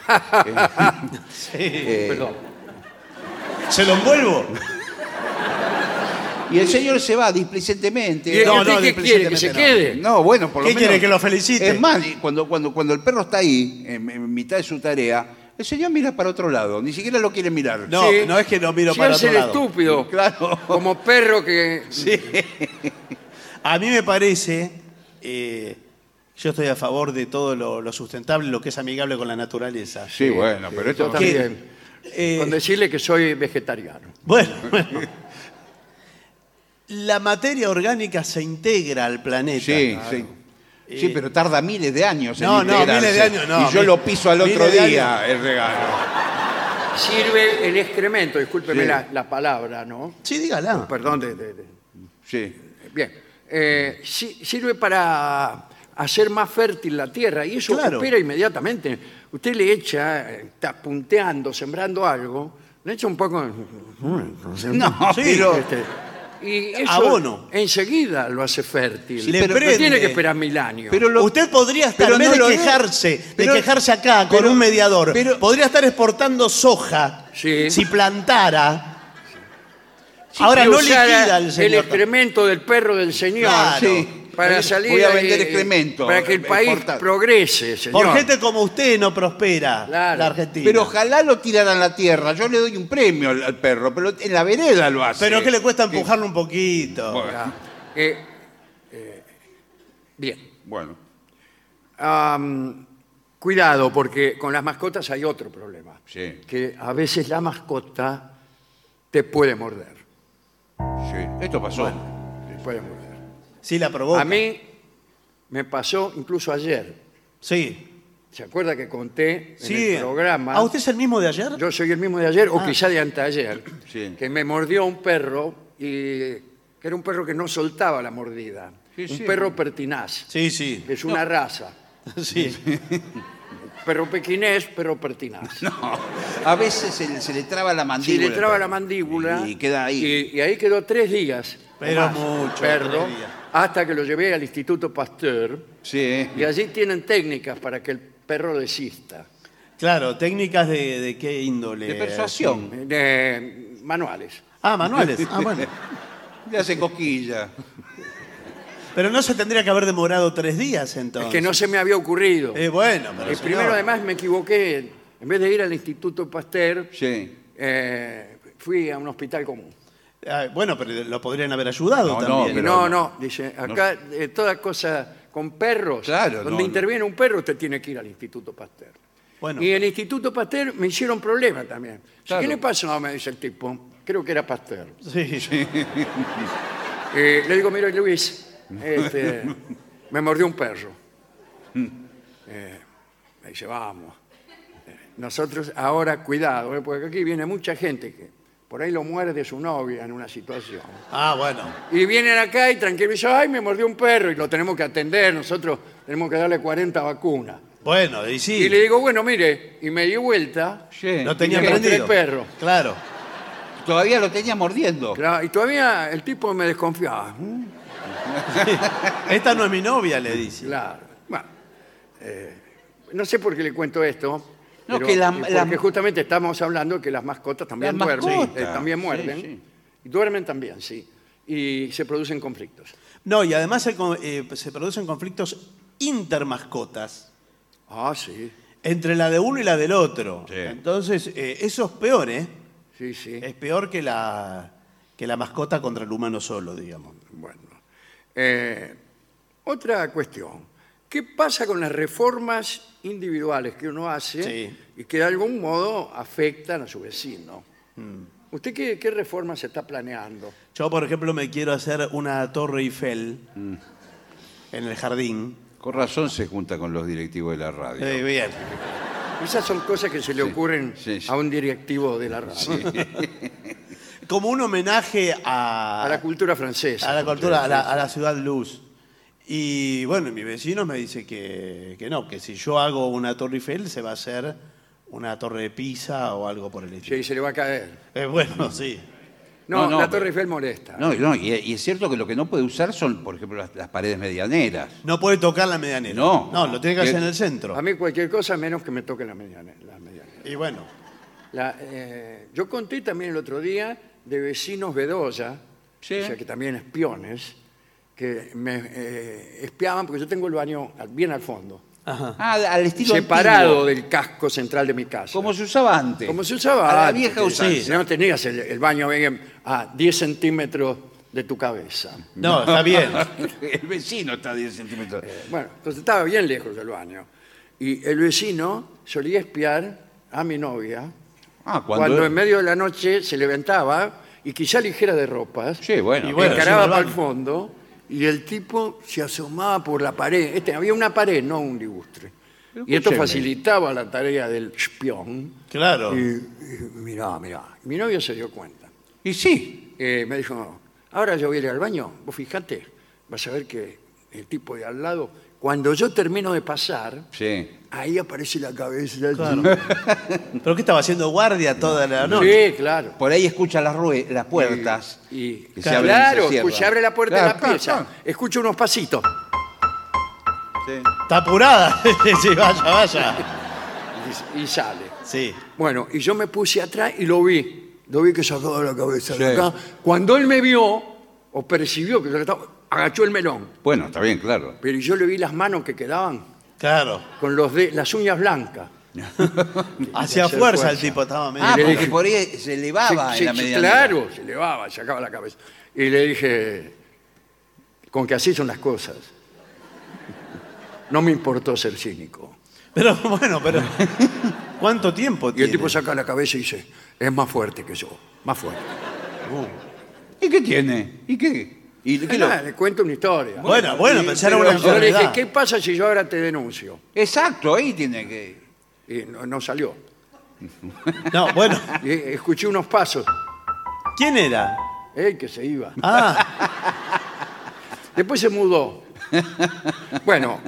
Speaker 2: Perdón.
Speaker 3: ¿Se lo envuelvo?
Speaker 4: Y el señor se va displicentemente.
Speaker 2: ¿Y
Speaker 3: No,
Speaker 2: usted
Speaker 3: no,
Speaker 2: qué quiere? ¿Que se
Speaker 3: displicentemente
Speaker 2: quede?
Speaker 4: No, bueno, por lo
Speaker 3: ¿Qué
Speaker 4: menos.
Speaker 3: quiere, que lo felicite?
Speaker 4: Es más, cuando el perro está ahí, en mitad de su tarea, el señor mira para otro lado, ni siquiera lo quiere mirar.
Speaker 3: No,
Speaker 2: Sí.
Speaker 3: no es que no miro
Speaker 2: Se
Speaker 3: para
Speaker 2: hace
Speaker 3: otro
Speaker 2: el
Speaker 3: lado.
Speaker 2: estúpido.
Speaker 4: Claro.
Speaker 2: Como perro que...
Speaker 3: A mí me parece, yo estoy a favor de todo lo sustentable, lo que es amigable con la naturaleza.
Speaker 4: Sí, bueno, pero
Speaker 2: Yo
Speaker 4: esto...
Speaker 2: también.
Speaker 3: Eh,
Speaker 2: Con decirle que soy vegetariano.
Speaker 3: Bueno. La materia orgánica se integra al planeta.
Speaker 4: Sí, sí. Sí, pero tarda miles de años en
Speaker 3: No, no,
Speaker 4: integrarse.
Speaker 3: miles de años no.
Speaker 4: Y yo lo piso al
Speaker 3: Miles
Speaker 4: otro
Speaker 3: de
Speaker 4: día, el regalo.
Speaker 2: Sirve el excremento, discúlpeme
Speaker 4: Sí.
Speaker 2: la palabra, ¿no?
Speaker 3: Sí, dígala.
Speaker 2: Perdón.
Speaker 4: Sí.
Speaker 2: Bien. Sirve para hacer más fértil la tierra y eso
Speaker 3: Claro.
Speaker 2: opera inmediatamente. Usted le echa, está punteando, sembrando algo, le echa un poco...
Speaker 4: No,
Speaker 3: Sí,
Speaker 4: pero...
Speaker 2: Y eso
Speaker 3: Abono.
Speaker 2: enseguida lo hace fértil.
Speaker 3: Le
Speaker 2: No
Speaker 3: prende.
Speaker 2: tiene que esperar 1000 años.
Speaker 4: Pero lo-
Speaker 3: Usted podría estar,
Speaker 4: pero
Speaker 3: en vez
Speaker 4: no
Speaker 3: de
Speaker 4: lo
Speaker 3: quejarse,
Speaker 4: pero-
Speaker 3: de quejarse acá con
Speaker 4: pero-
Speaker 3: un mediador,
Speaker 4: pero-
Speaker 3: podría estar exportando soja
Speaker 2: Sí.
Speaker 3: si plantara.
Speaker 2: Sí,
Speaker 3: Ahora
Speaker 2: que
Speaker 3: no
Speaker 2: usara
Speaker 3: liquida el
Speaker 2: el
Speaker 3: señor.
Speaker 2: excremento del perro del señor.
Speaker 3: Claro.
Speaker 4: Sí.
Speaker 2: Para salir
Speaker 4: Voy a vender excremento,
Speaker 2: para que el país
Speaker 4: exportar.
Speaker 2: progrese, señor.
Speaker 3: Por gente como usted no prospera
Speaker 2: Claro.
Speaker 3: la Argentina.
Speaker 4: Pero ojalá lo tiraran a la tierra. Yo le doy un premio al perro, pero en la vereda lo hace.
Speaker 3: Pero ¿qué le cuesta empujarlo un poquito?
Speaker 4: Bueno.
Speaker 2: Ah, bien.
Speaker 4: Bueno.
Speaker 2: Cuidado, porque con las mascotas hay otro problema.
Speaker 4: Sí.
Speaker 2: Que a veces la mascota te puede morder.
Speaker 4: Sí. Esto pasó.
Speaker 2: Te puede morder.
Speaker 3: Sí, la provoca.
Speaker 2: A mí me pasó incluso ayer.
Speaker 3: Sí.
Speaker 2: ¿Se acuerda que conté en
Speaker 3: Sí.
Speaker 2: el programa?
Speaker 3: ¿A usted es el mismo de ayer?
Speaker 2: Yo soy el mismo de ayer, o quizá de anteayer,
Speaker 4: Sí.
Speaker 2: que me mordió un perro y que era un perro que no soltaba la mordida.
Speaker 4: Sí,
Speaker 2: un
Speaker 4: sí.
Speaker 2: perro pertinaz,
Speaker 3: Sí, sí.
Speaker 2: que es una raza.
Speaker 3: Sí.
Speaker 2: Perro pequinés, perro pertinaz.
Speaker 4: A veces se le traba la
Speaker 2: Si
Speaker 4: mandíbula.
Speaker 2: le traba la mandíbula
Speaker 4: Y queda ahí.
Speaker 2: y ahí quedó 3 días.
Speaker 3: Pero
Speaker 2: o más,
Speaker 3: mucho,
Speaker 2: perro,
Speaker 3: 3 días.
Speaker 2: hasta que lo llevé al Instituto Pasteur.
Speaker 4: Sí.
Speaker 2: Y allí tienen técnicas para que el perro desista.
Speaker 3: Claro, técnicas de qué índole.
Speaker 4: De persuasión.
Speaker 2: Manuales.
Speaker 3: Ah, manuales. Ah, bueno.
Speaker 4: Le hace cosquilla.
Speaker 3: Pero no se tendría que haber demorado 3 días entonces.
Speaker 2: Es que no se me había ocurrido.
Speaker 3: Bueno, pero señor.
Speaker 2: Primero, además, me equivoqué. En vez de ir al Instituto Pasteur,
Speaker 4: Sí.
Speaker 2: fui a un hospital común.
Speaker 3: Ah, bueno, pero lo podrían haber ayudado
Speaker 4: No, no,
Speaker 3: también.
Speaker 4: pero-
Speaker 2: No, dice, acá toda cosa con perros,
Speaker 4: Claro,
Speaker 2: donde
Speaker 4: no,
Speaker 2: interviene un perro, usted tiene que ir al Instituto Pasteur.
Speaker 3: Bueno.
Speaker 2: Y en el Instituto Pasteur me hicieron problema también.
Speaker 4: Claro.
Speaker 2: ¿Qué le pasa? No, me dice el tipo. Creo que era Pasteur.
Speaker 3: Sí, sí.
Speaker 2: Le digo, mira, Luis, me mordió un perro. Me dice, vamos. Nosotros ahora, cuidado, porque aquí viene mucha gente que por ahí lo muerde su novia en una situación.
Speaker 3: Ah, bueno.
Speaker 2: Y vienen acá y tranquilo, dicen, ay, me mordió un perro y lo tenemos que atender, nosotros tenemos que darle 40 vacunas.
Speaker 3: Bueno, y sí.
Speaker 2: Y le digo, bueno, mire, y me di vuelta.
Speaker 4: Sí.
Speaker 3: No tenía
Speaker 2: y le mostré
Speaker 3: prendido.
Speaker 2: el perro.
Speaker 3: Claro.
Speaker 4: Todavía lo tenía mordiendo.
Speaker 2: Claro, y todavía el tipo me desconfiaba.
Speaker 3: Esta no es mi novia, le dice.
Speaker 2: Claro. Bueno, no sé por qué le cuento esto.
Speaker 4: No,
Speaker 2: pero-
Speaker 4: que
Speaker 2: porque justamente estamos hablando de que las mascotas también
Speaker 4: Las
Speaker 2: duermen.
Speaker 4: mascotas.
Speaker 2: También
Speaker 4: Sí,
Speaker 2: muerden.
Speaker 4: sí.
Speaker 2: Y duermen también, sí. Y se producen conflictos.
Speaker 3: No, y además se producen conflictos intermascotas
Speaker 2: Ah, sí.
Speaker 3: entre la de uno y la del otro.
Speaker 4: Sí.
Speaker 3: Entonces, eso es peor, ¿eh?
Speaker 2: Sí, sí.
Speaker 3: Es peor que la mascota contra el humano solo, digamos.
Speaker 2: Bueno. Otra cuestión. ¿Qué pasa con las reformas individuales que uno hace
Speaker 3: Sí.
Speaker 2: y que de algún modo afectan a su vecino? ¿Usted qué reforma se está planeando?
Speaker 3: Yo, por ejemplo, me quiero hacer una torre Eiffel en el jardín.
Speaker 4: Con razón se junta con los directivos de la radio.
Speaker 3: Bien.
Speaker 2: Esas son cosas que se le ocurren
Speaker 4: sí, sí.
Speaker 2: a un directivo de la radio.
Speaker 3: Como un homenaje
Speaker 2: A la cultura francesa.
Speaker 3: a la cultura, a la ciudad luz. Y bueno, mi vecino me dice que no, que si yo hago una torre Eiffel se va a hacer una torre de Pisa o algo por el estilo.
Speaker 2: Sí, se le va a caer.
Speaker 3: Bueno, sí.
Speaker 2: No,
Speaker 4: No,
Speaker 2: la
Speaker 4: pero-
Speaker 2: Torre Eiffel molesta.
Speaker 4: No, y es cierto que lo que no puede usar son, por ejemplo, las paredes medianeras.
Speaker 3: No puede tocar la medianera.
Speaker 4: No.
Speaker 3: No, lo tiene que hacer en el centro.
Speaker 2: A mí cualquier cosa menos que me toque la mediana.
Speaker 3: Y bueno.
Speaker 2: Yo conté también el otro día de vecinos Bedoya,
Speaker 4: Sí.
Speaker 2: o sea que también espiones, que me espiaban porque yo tengo el baño bien al fondo,
Speaker 3: Ajá.
Speaker 4: Ah, al estilo
Speaker 2: separado
Speaker 4: antiguo,
Speaker 2: del casco central de mi casa.
Speaker 4: como se usaba antes.
Speaker 2: Como se usaba
Speaker 4: A la
Speaker 2: antes,
Speaker 4: vieja
Speaker 2: que
Speaker 4: usanza.
Speaker 2: no tenías el baño bien a 10 centímetros de tu cabeza.
Speaker 3: No, está bien.
Speaker 4: El vecino está a 10 centímetros.
Speaker 2: Bueno, entonces estaba bien lejos del baño. Y el vecino solía espiar a mi novia
Speaker 4: Ah,
Speaker 2: cuando en medio de la noche se levantaba y quizá ligera de ropas,
Speaker 4: Sí, bueno.
Speaker 3: Y bueno,
Speaker 2: encaraba
Speaker 3: encima del
Speaker 2: para el
Speaker 3: baño.
Speaker 2: fondo y el tipo se asomaba por la pared. Había una pared, no un ligustre.
Speaker 4: Pero
Speaker 2: Y esto
Speaker 4: escúcheme.
Speaker 2: facilitaba la tarea del espión.
Speaker 3: Claro.
Speaker 2: Y mirá. Mi novia se dio cuenta.
Speaker 4: Y sí.
Speaker 2: Me dijo, ahora yo voy a ir al baño, vos fijate, vas a ver que el tipo de al lado, cuando yo termino de pasar,
Speaker 4: Sí.
Speaker 2: ahí aparece la cabeza.
Speaker 3: Claro. ¿Pero qué estaba haciendo guardia toda la noche?
Speaker 2: Sí, claro.
Speaker 4: Por ahí escucha las puertas.
Speaker 2: Y,
Speaker 4: que se abren y
Speaker 2: claro,
Speaker 4: se cierran.
Speaker 2: se abre la puerta
Speaker 4: Claro,
Speaker 2: de la
Speaker 4: claro,
Speaker 2: pieza,
Speaker 4: claro.
Speaker 2: escucho unos pasitos
Speaker 4: Sí.
Speaker 3: Está apurada. Sí, vaya.
Speaker 2: y sale.
Speaker 3: Sí.
Speaker 2: Bueno, y yo me puse atrás y lo vi que sacaba la cabeza de
Speaker 4: Sí.
Speaker 2: acá. Cuando él me vio, o percibió que yo estaba, agachó el melón.
Speaker 4: Bueno, está bien, claro.
Speaker 2: Pero yo le vi las manos que quedaban
Speaker 3: Claro.
Speaker 2: con las uñas blancas.
Speaker 3: Hacía
Speaker 2: hacer
Speaker 3: fuerza el
Speaker 2: fuerza.
Speaker 3: tipo, estaba medio.
Speaker 4: Ah,
Speaker 2: le
Speaker 4: porque
Speaker 2: dije-
Speaker 4: por ahí se elevaba
Speaker 2: Sí,
Speaker 4: en la
Speaker 2: sí,
Speaker 4: medianera.
Speaker 2: claro, se elevaba, sacaba la cabeza. Y le dije, con que así son las cosas. No me importó ser cínico.
Speaker 3: Pero bueno, ¿cuánto tiempo
Speaker 2: Y el
Speaker 3: tiene?
Speaker 2: tipo saca la cabeza y dice, es más fuerte que yo, más fuerte.
Speaker 4: ¿Y qué tiene? ¿Y qué? ¿Y qué lo-
Speaker 2: Le cuento una historia.
Speaker 3: Bueno, pero era
Speaker 2: Pero
Speaker 3: una
Speaker 2: yo le dije,
Speaker 3: enfermedad.
Speaker 2: ¿qué pasa si yo ahora te denuncio?
Speaker 4: Exacto, ahí tiene que...
Speaker 2: Y no salió.
Speaker 3: No, bueno.
Speaker 2: Y escuché unos pasos,
Speaker 3: ¿Quién era?
Speaker 2: que se iba.
Speaker 3: Ah,
Speaker 2: Después se mudó. Bueno,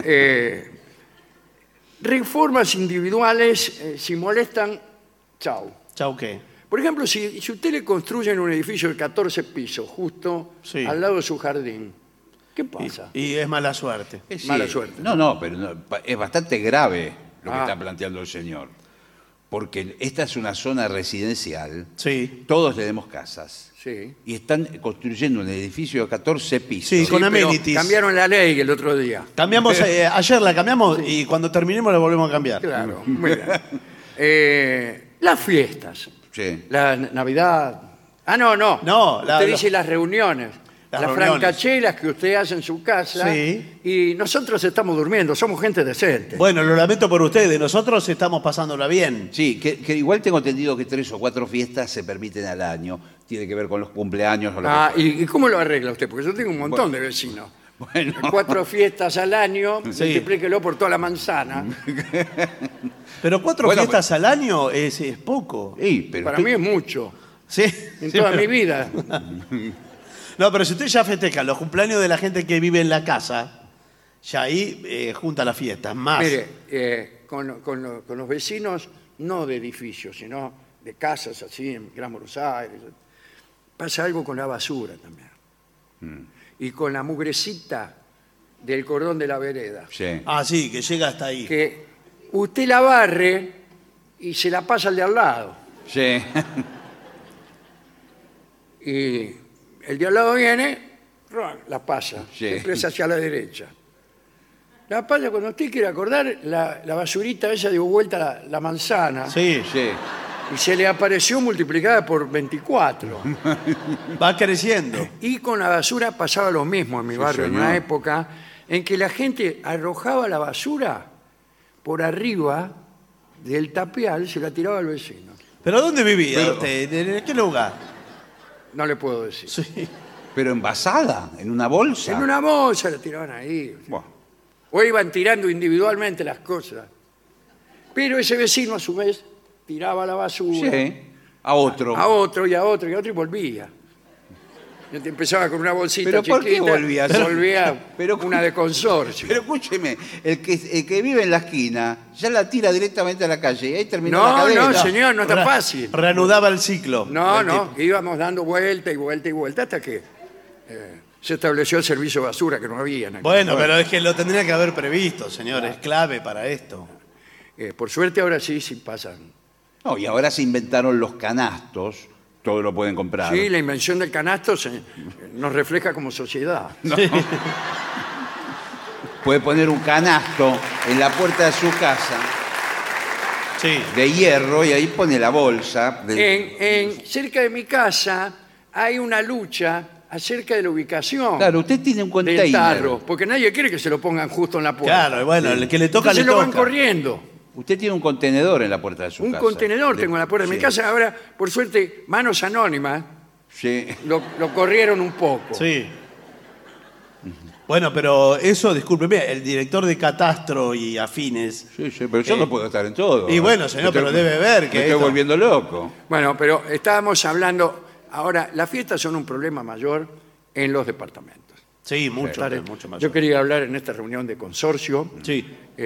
Speaker 2: reformas individuales, si molestan, chau.
Speaker 3: chau, ¿qué?
Speaker 2: Por ejemplo, si usted le construyen un edificio de 14 pisos justo
Speaker 3: Sí.
Speaker 2: al lado de su jardín, ¿qué pasa?
Speaker 3: Y es mala suerte.
Speaker 4: Sí.
Speaker 2: Mala suerte.
Speaker 4: No, pero es bastante grave lo que
Speaker 2: Ah.
Speaker 4: está planteando el señor. Porque esta es una zona residencial.
Speaker 3: Sí.
Speaker 4: Todos tenemos casas.
Speaker 2: Sí.
Speaker 4: Y están construyendo un edificio de 14 pisos.
Speaker 3: Sí, con
Speaker 2: pero
Speaker 3: amenities.
Speaker 2: cambiaron la ley el otro día.
Speaker 3: Cambiamos, ayer la cambiamos y cuando terminemos la volvemos a cambiar.
Speaker 2: Claro, muy bien. Las fiestas,
Speaker 4: Sí.
Speaker 2: la Navidad. Ah, no.
Speaker 3: No,
Speaker 2: Usted dice las reuniones.
Speaker 3: Las
Speaker 2: Las
Speaker 3: reuniones.
Speaker 2: francachelas que usted hace en su casa.
Speaker 3: Sí.
Speaker 2: Y nosotros estamos durmiendo, somos gente decente.
Speaker 3: Bueno, lo lamento por ustedes, nosotros estamos pasándola bien.
Speaker 4: Sí, que igual tengo entendido que 3 o 4 fiestas se permiten al año. Tiene que ver con los cumpleaños o lo que fuera.
Speaker 2: ¿Y cómo lo arregla usted? Porque yo tengo un montón de vecinos.
Speaker 4: Bueno.
Speaker 2: 4 fiestas al año,
Speaker 3: Sí.
Speaker 2: multiplíquelo por toda la manzana.
Speaker 3: Pero 4
Speaker 4: Bueno,
Speaker 3: fiestas al año es poco.
Speaker 4: Sí, pero
Speaker 2: Para
Speaker 4: usted-
Speaker 2: mí es mucho.
Speaker 3: Sí.
Speaker 2: En
Speaker 3: Sí,
Speaker 2: toda
Speaker 3: pero-
Speaker 2: mi vida.
Speaker 3: No, pero si usted ya festeja los cumpleaños de la gente que vive en la casa, ya ahí junta las fiestas, más.
Speaker 2: Mire, con los vecinos, no de edificios, sino de casas así en Gran Buenos Aires, pasa algo con la basura también. Y con la mugrecita del cordón de la vereda.
Speaker 4: Sí.
Speaker 3: Ah, sí, que llega hasta ahí.
Speaker 2: Que usted la barre y se la pasa al de al lado.
Speaker 4: Sí.
Speaker 2: Y el de al lado viene, la pasa,
Speaker 4: Sí.
Speaker 2: siempre es hacia la derecha. La pasa cuando usted quiere acordar, la basurita esa dio vuelta la manzana
Speaker 3: Sí,
Speaker 4: Sí.
Speaker 2: y se le apareció multiplicada por 24.
Speaker 3: va creciendo.
Speaker 2: Y con la basura pasaba lo mismo en mi barrio, en
Speaker 4: señor.
Speaker 2: una época en que la gente arrojaba la basura por arriba del tapial, se la tiraba al vecino.
Speaker 3: ¿Pero dónde vivía
Speaker 4: Pero-
Speaker 3: usted? ¿En qué lugar?
Speaker 2: No le puedo decir.
Speaker 3: Sí.
Speaker 4: Pero envasada, en una bolsa.
Speaker 2: En una bolsa la tiraban ahí.
Speaker 4: Buah.
Speaker 2: O iban tirando individualmente las cosas. Pero ese vecino, a su vez, tiraba la basura
Speaker 4: Sí. A otro.
Speaker 2: a otro y a otro y a otro y volvía. Y empezaba con una bolsita
Speaker 4: ¿Pero por qué
Speaker 2: chiquita,
Speaker 4: volvía?
Speaker 2: volvía
Speaker 4: Pero-
Speaker 2: una de consorcio.
Speaker 4: Pero escúcheme, el que vive en la esquina ya la tira directamente a la calle y ahí terminó la
Speaker 2: No,
Speaker 4: cadena.
Speaker 2: no, señor, no está fácil.
Speaker 3: Reanudaba el ciclo.
Speaker 2: No,
Speaker 3: del
Speaker 2: no,
Speaker 3: tipo.
Speaker 2: íbamos dando vuelta y vuelta y vuelta hasta que se estableció el servicio de basura que no había en aquel
Speaker 3: Bueno,
Speaker 2: lugar.
Speaker 3: pero es que lo tendría que haber previsto, señor. Es clave para esto.
Speaker 2: Por suerte ahora sí pasan.
Speaker 4: No, y ahora se inventaron los canastos, todo lo pueden comprar.
Speaker 2: Sí, la invención del canasto nos refleja como sociedad.
Speaker 4: Puede poner un canasto en la puerta de su casa
Speaker 3: Sí.
Speaker 4: de hierro y ahí pone la bolsa.
Speaker 2: Cerca de mi casa hay una lucha acerca de la ubicación
Speaker 4: Claro, usted tiene un
Speaker 2: del
Speaker 4: container.
Speaker 2: tarro, porque nadie quiere que se lo pongan justo en la puerta.
Speaker 3: Claro, bueno, el que le toca,
Speaker 2: Entonces
Speaker 3: le
Speaker 2: lo
Speaker 3: toca.
Speaker 2: van corriendo.
Speaker 4: Usted tiene un contenedor en la puerta de su
Speaker 2: Un
Speaker 4: casa.
Speaker 2: contenedor tengo en la puerta de mi
Speaker 3: sí.
Speaker 2: casa. Ahora, por suerte, Manos Anónimas
Speaker 4: Sí.
Speaker 2: lo corrieron un poco.
Speaker 3: Sí. Bueno, pero eso, discúlpeme, el director de Catastro y Afines.
Speaker 4: Sí, pero yo no puedo estar en todo.
Speaker 3: Y bueno, señor, pero debe ver que
Speaker 4: Me estoy
Speaker 3: esto-
Speaker 4: volviendo loco.
Speaker 2: Bueno, pero estábamos hablando. Ahora, las fiestas son un problema mayor en los departamentos.
Speaker 3: Sí, mucho,
Speaker 2: Claro,
Speaker 3: mucho más.
Speaker 2: Yo quería hablar en esta reunión de consorcio.
Speaker 3: Sí.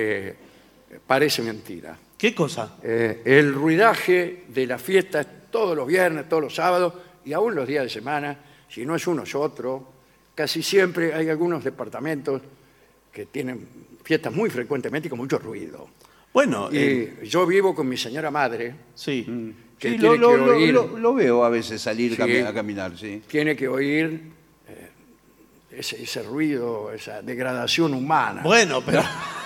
Speaker 2: Parece mentira.
Speaker 3: ¿Qué cosa?
Speaker 2: El ruidaje de las fiestas todos los viernes, todos los sábados y aún los días de semana, si no es uno es otro, casi siempre hay algunos departamentos que tienen fiestas muy frecuentemente y con mucho ruido.
Speaker 3: Bueno,
Speaker 2: Y yo vivo con mi señora madre,
Speaker 3: sí.
Speaker 2: que
Speaker 4: Sí,
Speaker 2: tiene que oír,
Speaker 4: lo veo a veces salir
Speaker 2: Sí.
Speaker 4: a caminar, sí.
Speaker 2: tiene que oír ese ruido, esa degradación humana.
Speaker 3: Bueno, pero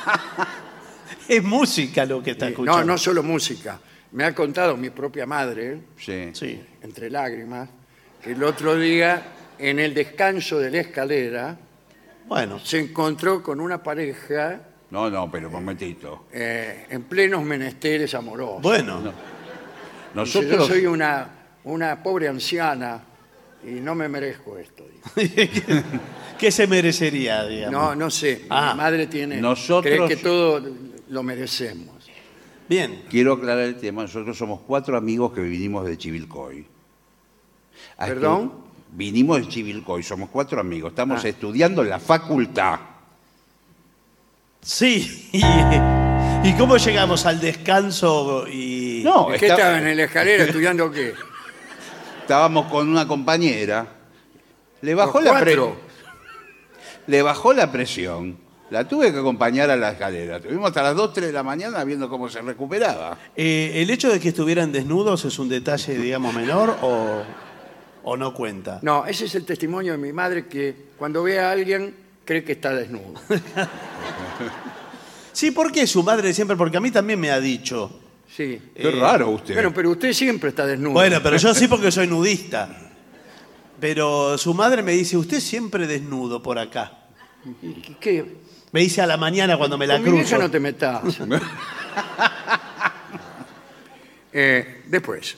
Speaker 3: es música lo que está escuchando.
Speaker 2: No solo música. Me ha contado mi propia madre,
Speaker 4: Sí.
Speaker 3: Sí.
Speaker 2: entre lágrimas, que el otro día, en el descanso de la escalera,
Speaker 3: Bueno,
Speaker 2: se encontró con una pareja
Speaker 4: No, pero un momentito.
Speaker 2: en plenos menesteres amorosos.
Speaker 3: bueno.
Speaker 2: Dice,
Speaker 4: Nosotros...
Speaker 2: yo soy una pobre anciana y no me merezco esto. Dice.
Speaker 3: ¿Qué se merecería, digamos?
Speaker 2: No sé.
Speaker 3: Ah,
Speaker 2: Mi madre cree
Speaker 4: nosotros-
Speaker 2: que todo lo merecemos.
Speaker 3: Bien.
Speaker 4: Quiero aclarar el tema. Nosotros somos 4 amigos que vinimos de Chivilcoy.
Speaker 2: ¿Perdón?
Speaker 4: Vinimos de Chivilcoy, somos 4 amigos. Estamos
Speaker 2: Ah.
Speaker 4: estudiando en la facultad.
Speaker 3: Sí. ¿Y cómo llegamos al descanso y...?
Speaker 4: No,
Speaker 2: ¿Y qué estaban en la escalera estudiando qué?
Speaker 4: estábamos con una compañera. Le bajó,
Speaker 2: ¿Los
Speaker 4: la
Speaker 2: cuatro?
Speaker 4: le bajó la presión. La tuve que acompañar a la escalera. Estuvimos hasta las 2, 3 de la mañana viendo cómo se recuperaba.
Speaker 3: ¿El hecho de que estuvieran desnudos es un detalle, digamos, menor o no cuenta?
Speaker 2: No, ese es el testimonio de mi madre, que cuando ve a alguien cree que está desnudo.
Speaker 3: Sí, ¿por qué su madre siempre? Porque a mí también me ha dicho.
Speaker 2: Sí.
Speaker 4: Qué raro usted.
Speaker 2: Bueno, pero usted siempre está desnudo.
Speaker 3: Bueno, pero yo sí porque soy nudista. Pero su madre me dice, usted siempre desnudo por acá.
Speaker 2: ¿Y qué?
Speaker 3: Me dice a la mañana cuando me la
Speaker 2: Con mi vieja
Speaker 3: cruzo.
Speaker 2: no te metas. Después.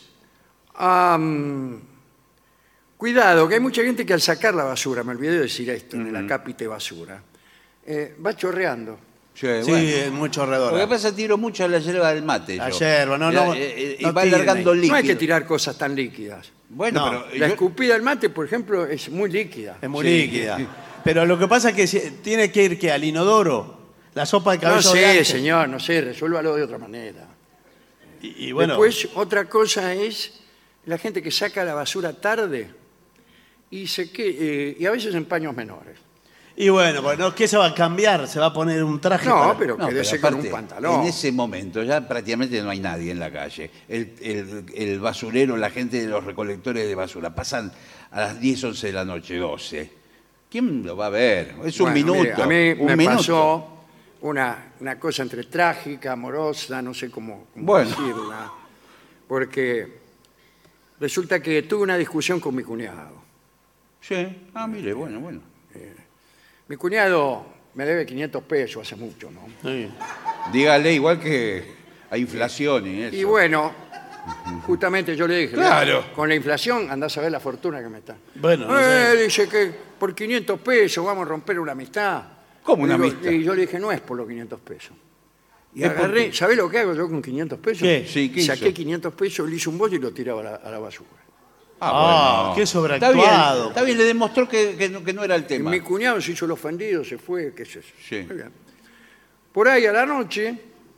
Speaker 2: Cuidado, que hay mucha gente que al sacar la basura, me olvidé de decir esto, de la cápite basura, va chorreando.
Speaker 4: Sí,
Speaker 3: Sí,
Speaker 4: bueno.
Speaker 3: es muy
Speaker 4: Lo que
Speaker 3: chorreadora.
Speaker 4: pasa es que tiro mucho a la yerba del mate.
Speaker 3: La
Speaker 4: yo.
Speaker 3: yerba, no,
Speaker 4: Y
Speaker 3: no,
Speaker 4: y
Speaker 3: no
Speaker 4: va
Speaker 3: tiren
Speaker 4: alargando
Speaker 3: ahí.
Speaker 4: líquido.
Speaker 2: No hay que tirar cosas tan líquidas.
Speaker 4: Bueno,
Speaker 3: No,
Speaker 4: pero
Speaker 2: La
Speaker 4: yo-
Speaker 2: escupida al mate, por ejemplo, es muy líquida.
Speaker 3: Es muy
Speaker 4: Sí.
Speaker 3: líquida. Pero lo que pasa es que tiene que ir al inodoro. La sopa de
Speaker 2: No
Speaker 3: cabello de
Speaker 2: sé,
Speaker 3: ángel.
Speaker 2: señor, no sé, resuélvalo de otra manera.
Speaker 3: Y bueno,
Speaker 2: Después, otra cosa es la gente que saca la basura tarde y y a veces en paños menores.
Speaker 3: y bueno, bueno, ¿qué se va a cambiar? ¿Se va a poner un traje?
Speaker 2: No,
Speaker 3: para-
Speaker 2: pero
Speaker 4: No,
Speaker 2: quédese
Speaker 4: pero
Speaker 2: con un
Speaker 4: aparte,
Speaker 2: pantalón.
Speaker 4: en ese momento ya prácticamente no hay nadie en la calle. El basurero, la gente de los recolectores de basura, pasan a las 10, 11 de la noche, 12. ¿Quién lo va a ver? Es un
Speaker 2: Bueno,
Speaker 4: minuto.
Speaker 2: mire, a mí
Speaker 4: un
Speaker 2: me
Speaker 4: minuto.
Speaker 2: pasó una cosa entre trágica, amorosa, no sé cómo
Speaker 4: Bueno.
Speaker 2: decirla, porque resulta que tuve una discusión con mi cuñado.
Speaker 4: Sí. Ah, mire, bueno.
Speaker 2: Mi cuñado me debe 500 pesos hace mucho, ¿no?
Speaker 3: Sí.
Speaker 4: Dígale igual que hay inflación y eso.
Speaker 2: Y bueno, justamente yo le dije,
Speaker 4: Claro.
Speaker 2: "Mira, con la inflación andás a ver la fortuna que me está.
Speaker 3: Bueno, no sé.
Speaker 2: Dice que por 500 pesos vamos a romper una amistad.
Speaker 4: ¿Cómo una
Speaker 2: Digo,
Speaker 4: amistad?
Speaker 2: Y yo le dije, no es por los 500 pesos. Y
Speaker 3: ¿Es por
Speaker 2: agarré,
Speaker 3: qué?
Speaker 2: ¿sabés lo que hago yo con 500 pesos?
Speaker 3: ¿Qué?
Speaker 4: Sí, ¿qué
Speaker 2: Saqué
Speaker 4: hizo?
Speaker 2: 500 pesos, le hice un bollo y lo tiraba a la basura.
Speaker 3: Ah, qué sobreactuado.
Speaker 4: Está bien, le demostró que no era el
Speaker 2: Y
Speaker 4: tema.
Speaker 2: mi cuñado se hizo el ofendido, se fue, qué sé yo.
Speaker 4: Sí.
Speaker 2: Muy bien. Por ahí a la noche,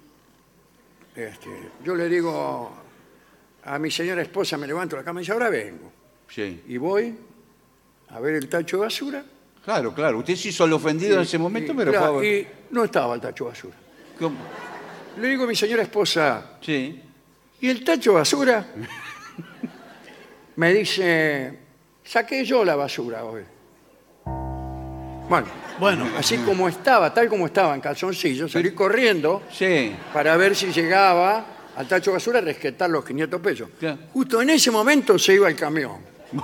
Speaker 2: yo le digo a mi señora esposa, me levanto de la cama y dice, ahora vengo.
Speaker 4: Sí.
Speaker 2: Y voy a ver el tacho de basura.
Speaker 4: Claro. Usted se hizo el ofendido en ese momento, pero
Speaker 2: claro,
Speaker 4: fue a ver.
Speaker 2: y no estaba el tacho de basura.
Speaker 4: ¿Cómo?
Speaker 2: Le digo a mi señora esposa,
Speaker 4: Sí.
Speaker 2: ¿y el tacho de basura? Me dice, saqué yo la basura hoy. Bueno, así como estaba, tal como estaba en calzoncillo, salí corriendo
Speaker 4: Sí.
Speaker 2: para ver si llegaba al tacho de basura a rescatar los 500 pesos.
Speaker 4: Claro.
Speaker 2: Justo en ese momento se iba el camión.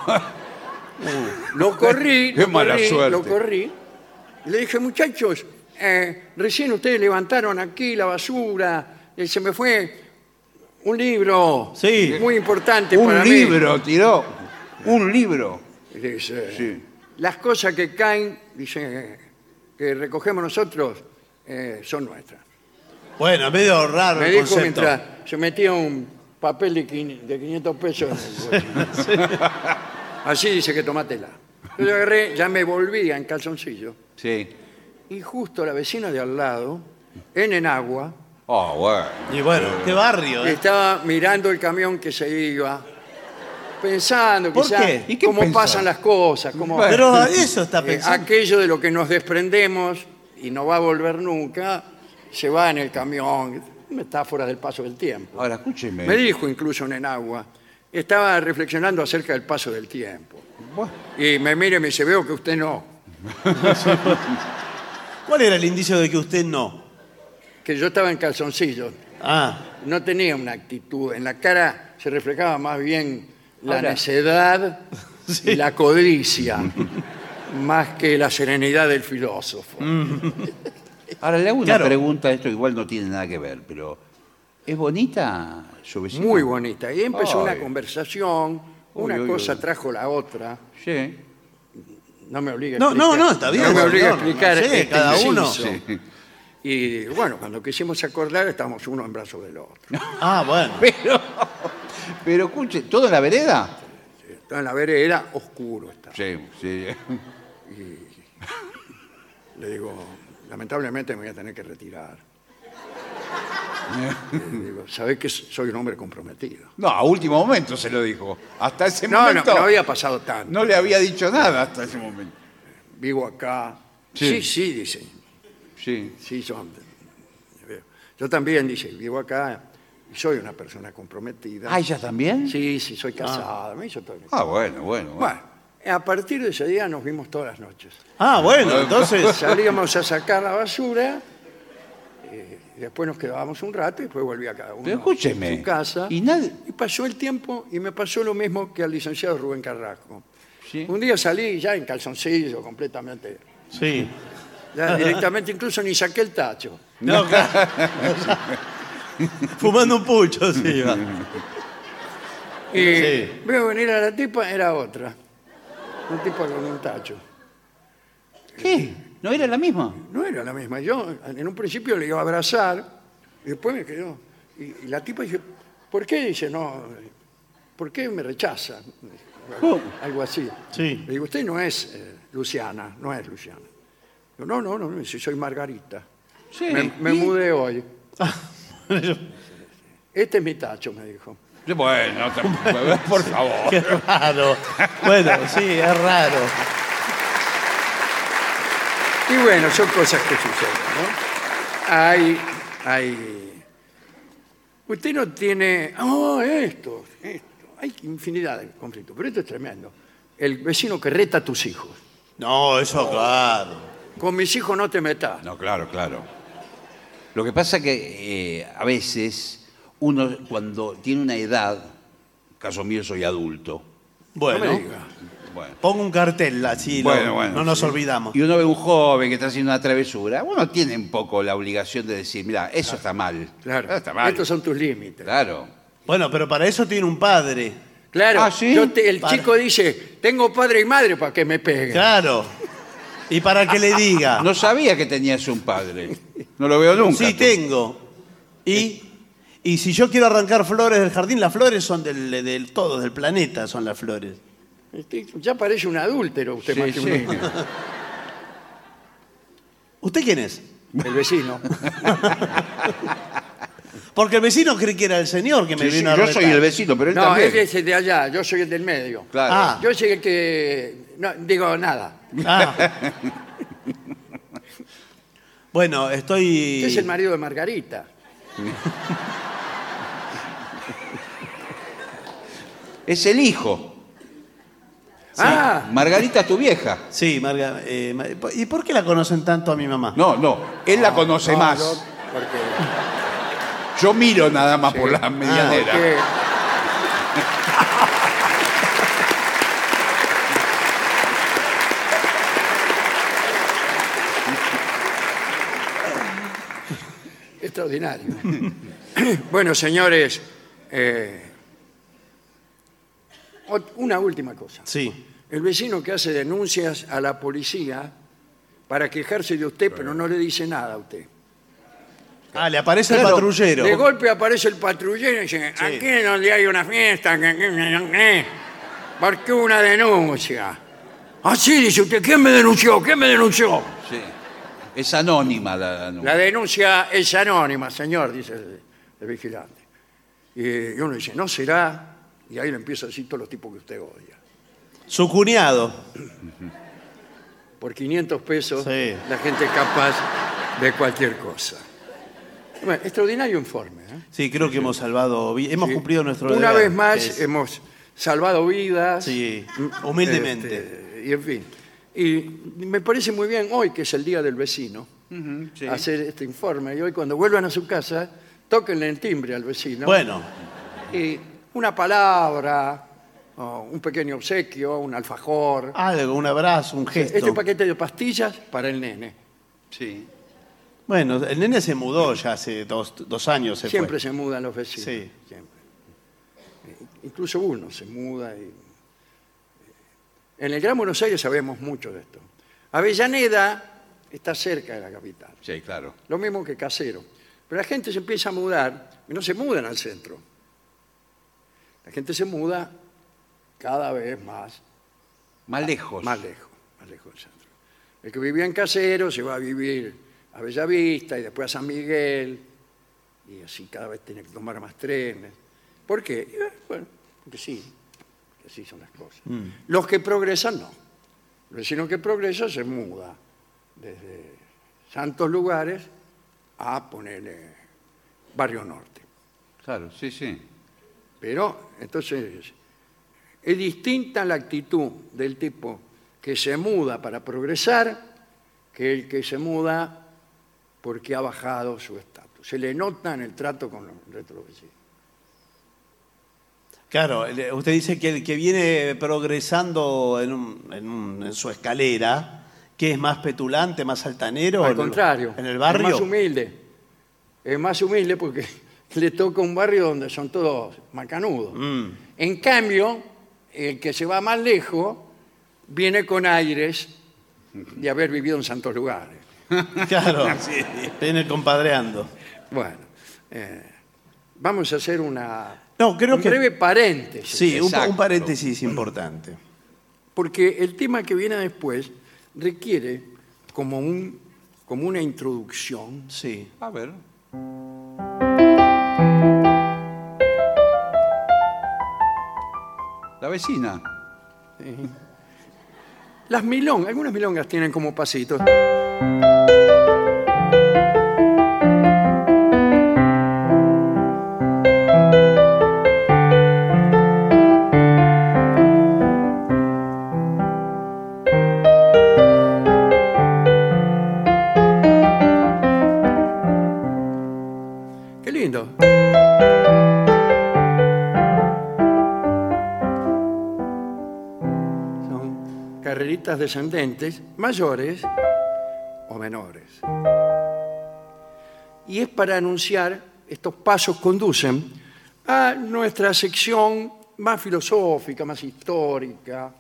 Speaker 2: Lo corrí,
Speaker 4: Qué mala suerte.
Speaker 2: lo corrí. Y le dije, muchachos, recién ustedes levantaron aquí la basura, se me fue un libro
Speaker 3: Sí.
Speaker 2: muy importante
Speaker 4: Un
Speaker 2: para mí.
Speaker 4: libro tiró. Un libro.
Speaker 2: Dice,
Speaker 4: Sí.
Speaker 2: las cosas que caen, dice, que recogemos nosotros, son nuestras.
Speaker 3: Bueno, medio raro
Speaker 2: Me
Speaker 3: el
Speaker 2: dijo
Speaker 3: concepto.
Speaker 2: mientras se metía un papel de 500 pesos en el bolsillo. Así dice que tomátela. Yo agarré, ya me volvía en calzoncillo.
Speaker 4: Sí.
Speaker 2: Y justo la vecina de al lado, en Enagua,
Speaker 4: Oh, bueno.
Speaker 3: Y bueno, qué barrio, ¿eh?
Speaker 2: estaba mirando el camión que se iba, pensando
Speaker 3: ¿Por
Speaker 2: quizás
Speaker 3: qué?
Speaker 4: ¿Y qué
Speaker 2: cómo
Speaker 4: pensó?
Speaker 2: pasan las cosas, cómo,
Speaker 3: Pero eso está pensando.
Speaker 2: aquello de lo que nos desprendemos y no va a volver nunca, se va en el camión, metáfora del paso del tiempo.
Speaker 4: Ahora, escúcheme.
Speaker 2: Me dijo incluso en Enagua, estaba reflexionando acerca del paso del tiempo.
Speaker 4: Bueno,
Speaker 2: Y me mira y me dice, veo que usted no,
Speaker 3: ¿Cuál era el indicio de que usted no?
Speaker 2: que yo estaba en calzoncillo.
Speaker 3: Ah,
Speaker 2: No tenía una actitud, en la cara se reflejaba más bien la
Speaker 4: Ahora.
Speaker 2: necedad y la codicia, más que la serenidad del filósofo.
Speaker 4: ahora le hago una
Speaker 3: Claro.
Speaker 4: pregunta, esto igual no tiene nada que ver, pero ¿es bonita su vecina?
Speaker 2: Muy bonita. Y empezó una
Speaker 4: Ay.
Speaker 2: conversación, una
Speaker 4: Uy, uy,
Speaker 2: cosa
Speaker 4: uy.
Speaker 2: trajo la otra.
Speaker 4: Sí.
Speaker 2: No me obliga a
Speaker 3: No,
Speaker 2: explicar.
Speaker 3: no, está bien,
Speaker 2: No me obliga a
Speaker 3: señor,
Speaker 2: explicar
Speaker 3: no sé,
Speaker 2: este
Speaker 3: cada uno.
Speaker 2: inciso.
Speaker 4: Sí.
Speaker 2: Y bueno, cuando quisimos acordar, estábamos uno en brazos del otro.
Speaker 3: ah, bueno.
Speaker 4: Pero escuche, ¿todo en la vereda?
Speaker 2: Estaba en la vereda, oscuro estaba.
Speaker 4: Sí.
Speaker 2: Le digo, lamentablemente me voy a tener que retirar. Le digo, ¿sabés que soy un hombre comprometido?
Speaker 4: No, a último momento se lo dijo. Hasta ese
Speaker 2: No,
Speaker 4: momento
Speaker 2: no había pasado tanto.
Speaker 4: no le había dicho nada hasta ese momento.
Speaker 2: Vivo acá.
Speaker 4: Sí.
Speaker 2: Sí, dice.
Speaker 4: Sí.
Speaker 2: Sí, son. Yo también, dice, vivo acá y soy una persona comprometida.
Speaker 4: Ah, ¿ella también?
Speaker 2: Sí, soy casada. Me hizo todo.
Speaker 4: Ah, bueno.
Speaker 2: Bueno, a partir de ese día nos vimos todas las noches.
Speaker 3: Ah, bueno, entonces.
Speaker 2: Salíamos a sacar la basura, y después nos quedábamos un rato y después volvía cada uno
Speaker 4: Pero escúcheme,
Speaker 2: a su casa.
Speaker 4: y nadie-
Speaker 2: Y pasó el tiempo y me pasó lo mismo que al licenciado Rubén Carrasco.
Speaker 4: Sí.
Speaker 2: Un día salí ya en calzoncillo, completamente.
Speaker 3: Sí.
Speaker 2: Ya directamente incluso ni saqué el tacho.
Speaker 3: No, claro. Fumando un pucho, sí. va.
Speaker 2: Y
Speaker 3: Sí.
Speaker 2: veo venir a la tipa, era otra. Un tipo con un tacho.
Speaker 4: ¿Qué? ¿No era la misma?
Speaker 2: No era la misma. Yo en un principio le iba a abrazar y después me quedó. Y la tipa dice, ¿por qué? Dice, no, ¿por qué me rechaza? algo así.
Speaker 3: Sí.
Speaker 2: Le digo, usted no es Luciana, no es Luciana. Digo, no, si soy Margarita.
Speaker 4: Sí.
Speaker 2: Me
Speaker 4: ¿Y?
Speaker 2: mudé hoy. Este es mi tacho, me dijo.
Speaker 4: Bueno, por favor.
Speaker 3: Qué raro. Bueno, sí, es raro.
Speaker 2: Y bueno, son cosas que suceden, ¿no? Usted no tiene... esto. Hay infinidad de conflictos, pero esto es tremendo. El vecino que reta a tus hijos.
Speaker 3: No, eso claro.
Speaker 2: Con mis hijos no te metas.
Speaker 4: No, claro. Lo que pasa que a veces uno cuando tiene una edad, caso mío soy adulto,
Speaker 2: No me
Speaker 3: Bueno,
Speaker 2: diga.
Speaker 4: bueno,
Speaker 3: pongo un cartel así, no nos olvidamos.
Speaker 4: y uno ve un joven que está haciendo una travesura, uno tiene un poco la obligación de decir, mira, eso está mal.
Speaker 2: Claro,
Speaker 4: Eso está mal.
Speaker 2: estos son tus límites.
Speaker 4: Claro.
Speaker 3: Bueno, pero para eso tiene un padre.
Speaker 2: Claro,
Speaker 4: Ah, ¿sí?
Speaker 2: el chico dice, tengo padre y madre para que me peguen.
Speaker 3: Claro. Y para que le diga.
Speaker 4: No sabía que tenías un padre. No lo veo nunca.
Speaker 3: Sí,
Speaker 4: tú.
Speaker 3: tengo. Y si yo quiero arrancar flores del jardín, las flores son del todo, del planeta son las flores.
Speaker 2: Ya parece un adúltero usted
Speaker 4: Sí,
Speaker 2: más que un
Speaker 4: sí.
Speaker 2: niño.
Speaker 3: ¿Usted quién es?
Speaker 2: El vecino.
Speaker 3: Porque el vecino cree que era el señor que me
Speaker 4: Sí, sí,
Speaker 3: vino a
Speaker 4: yo
Speaker 3: retar.
Speaker 4: soy el vecino, pero él
Speaker 2: No,
Speaker 4: también.
Speaker 2: él es el de allá, yo soy el del medio.
Speaker 4: Claro.
Speaker 3: Ah.
Speaker 2: Yo soy el que... No, digo nada.
Speaker 3: Ah. Bueno, estoy...
Speaker 2: Usted es el marido de Margarita.
Speaker 4: Es el hijo.
Speaker 2: Ah,
Speaker 4: Margarita es tu vieja.
Speaker 3: Sí, Marga. ¿Y por qué la conocen tanto a mi mamá?
Speaker 4: No, él la conoce más.
Speaker 2: no, porque...
Speaker 4: Yo miro nada más por la
Speaker 2: Ah,
Speaker 4: medianera.
Speaker 2: porque- Extraordinario. Bueno, señores, una última cosa.
Speaker 3: Sí.
Speaker 2: El vecino que hace denuncias a la policía para quejarse de usted, pero no le dice nada a usted.
Speaker 3: Ah, le aparece el
Speaker 4: Claro,
Speaker 3: patrullero.
Speaker 2: De golpe aparece el patrullero y dice,
Speaker 3: Sí.
Speaker 2: aquí es donde hay una fiesta, ¿por qué una denuncia? Ah, sí, dice usted, ¿quién me denunció? ¿Quién me denunció?
Speaker 4: Sí. Es anónima la
Speaker 2: La denuncia es anónima, señor, dice el vigilante. Y uno dice, ¿no será? Y ahí le empieza a decir todos los tipos que usted odia.
Speaker 3: Su cuñado.
Speaker 2: Por 500 pesos,
Speaker 3: Sí.
Speaker 2: la gente es capaz de cualquier cosa. Bueno, extraordinario informe. ¿eh?
Speaker 3: Sí, creo que hemos salvado... Hemos
Speaker 2: Sí.
Speaker 3: cumplido nuestro
Speaker 2: Una
Speaker 3: deber,
Speaker 2: vez más
Speaker 3: que es-
Speaker 2: hemos salvado vidas.
Speaker 3: Sí, humildemente.
Speaker 2: Y en fin. Y me parece muy bien hoy, que es el Día del Vecino,
Speaker 4: sí.
Speaker 2: hacer este informe. Y hoy cuando vuelvan a su casa, tóquenle el timbre al vecino.
Speaker 3: Bueno,
Speaker 2: Y una palabra, o un pequeño obsequio, un alfajor.
Speaker 3: algo, un abrazo, un gesto.
Speaker 2: Este paquete de pastillas para el nene.
Speaker 4: Sí.
Speaker 3: Bueno, el nene se mudó ya hace dos años.
Speaker 2: Siempre
Speaker 3: fue.
Speaker 2: se mudan los vecinos.
Speaker 3: Sí.
Speaker 2: Siempre. Incluso uno se muda. En el Gran Buenos Aires sabemos mucho de esto. Avellaneda está cerca de la capital.
Speaker 4: Sí, claro.
Speaker 2: Lo mismo que Casero. Pero la gente se empieza a mudar y no se mudan al centro. La gente se muda cada vez más
Speaker 4: Más lejos.
Speaker 2: del centro. El que vivía en Casero se va a vivir a Bellavista y después a San Miguel, y así cada vez tiene que tomar más trenes. ¿Por qué? Bueno, porque sí, que así son las cosas. Los que progresan, no. El vecino que progresa se muda desde santos lugares a ponerle Barrio Norte.
Speaker 4: Claro, sí, sí.
Speaker 2: Pero, entonces, es distinta la actitud del tipo que se muda para progresar que el que se muda porque ha bajado su estatus. Se le nota en el trato con los otros vecinos.
Speaker 3: Claro, usted dice que el que viene progresando en su escalera, que es más petulante, más altanero.
Speaker 2: Al contrario,
Speaker 3: ¿En el barrio?
Speaker 2: es más humilde. Es más humilde porque le toca un barrio donde son todos macanudos. En cambio, el que se va más lejos viene con aires de haber vivido en santos lugares.
Speaker 3: Claro, viene compadreando.
Speaker 2: Bueno, vamos a hacer una
Speaker 3: No, creo
Speaker 2: un
Speaker 3: que...
Speaker 2: breve paréntesis.
Speaker 3: Sí,
Speaker 4: Exacto.
Speaker 3: un paréntesis importante.
Speaker 2: Porque el tema que viene después requiere como una introducción.
Speaker 3: Sí.
Speaker 4: A ver. La vecina.
Speaker 2: Algunas milongas tienen como pasitos. Qué lindo. Son carreritas descendentes, mayores o menores. Y es para anunciar, estos pasos conducen a nuestra sección más filosófica, más histórica.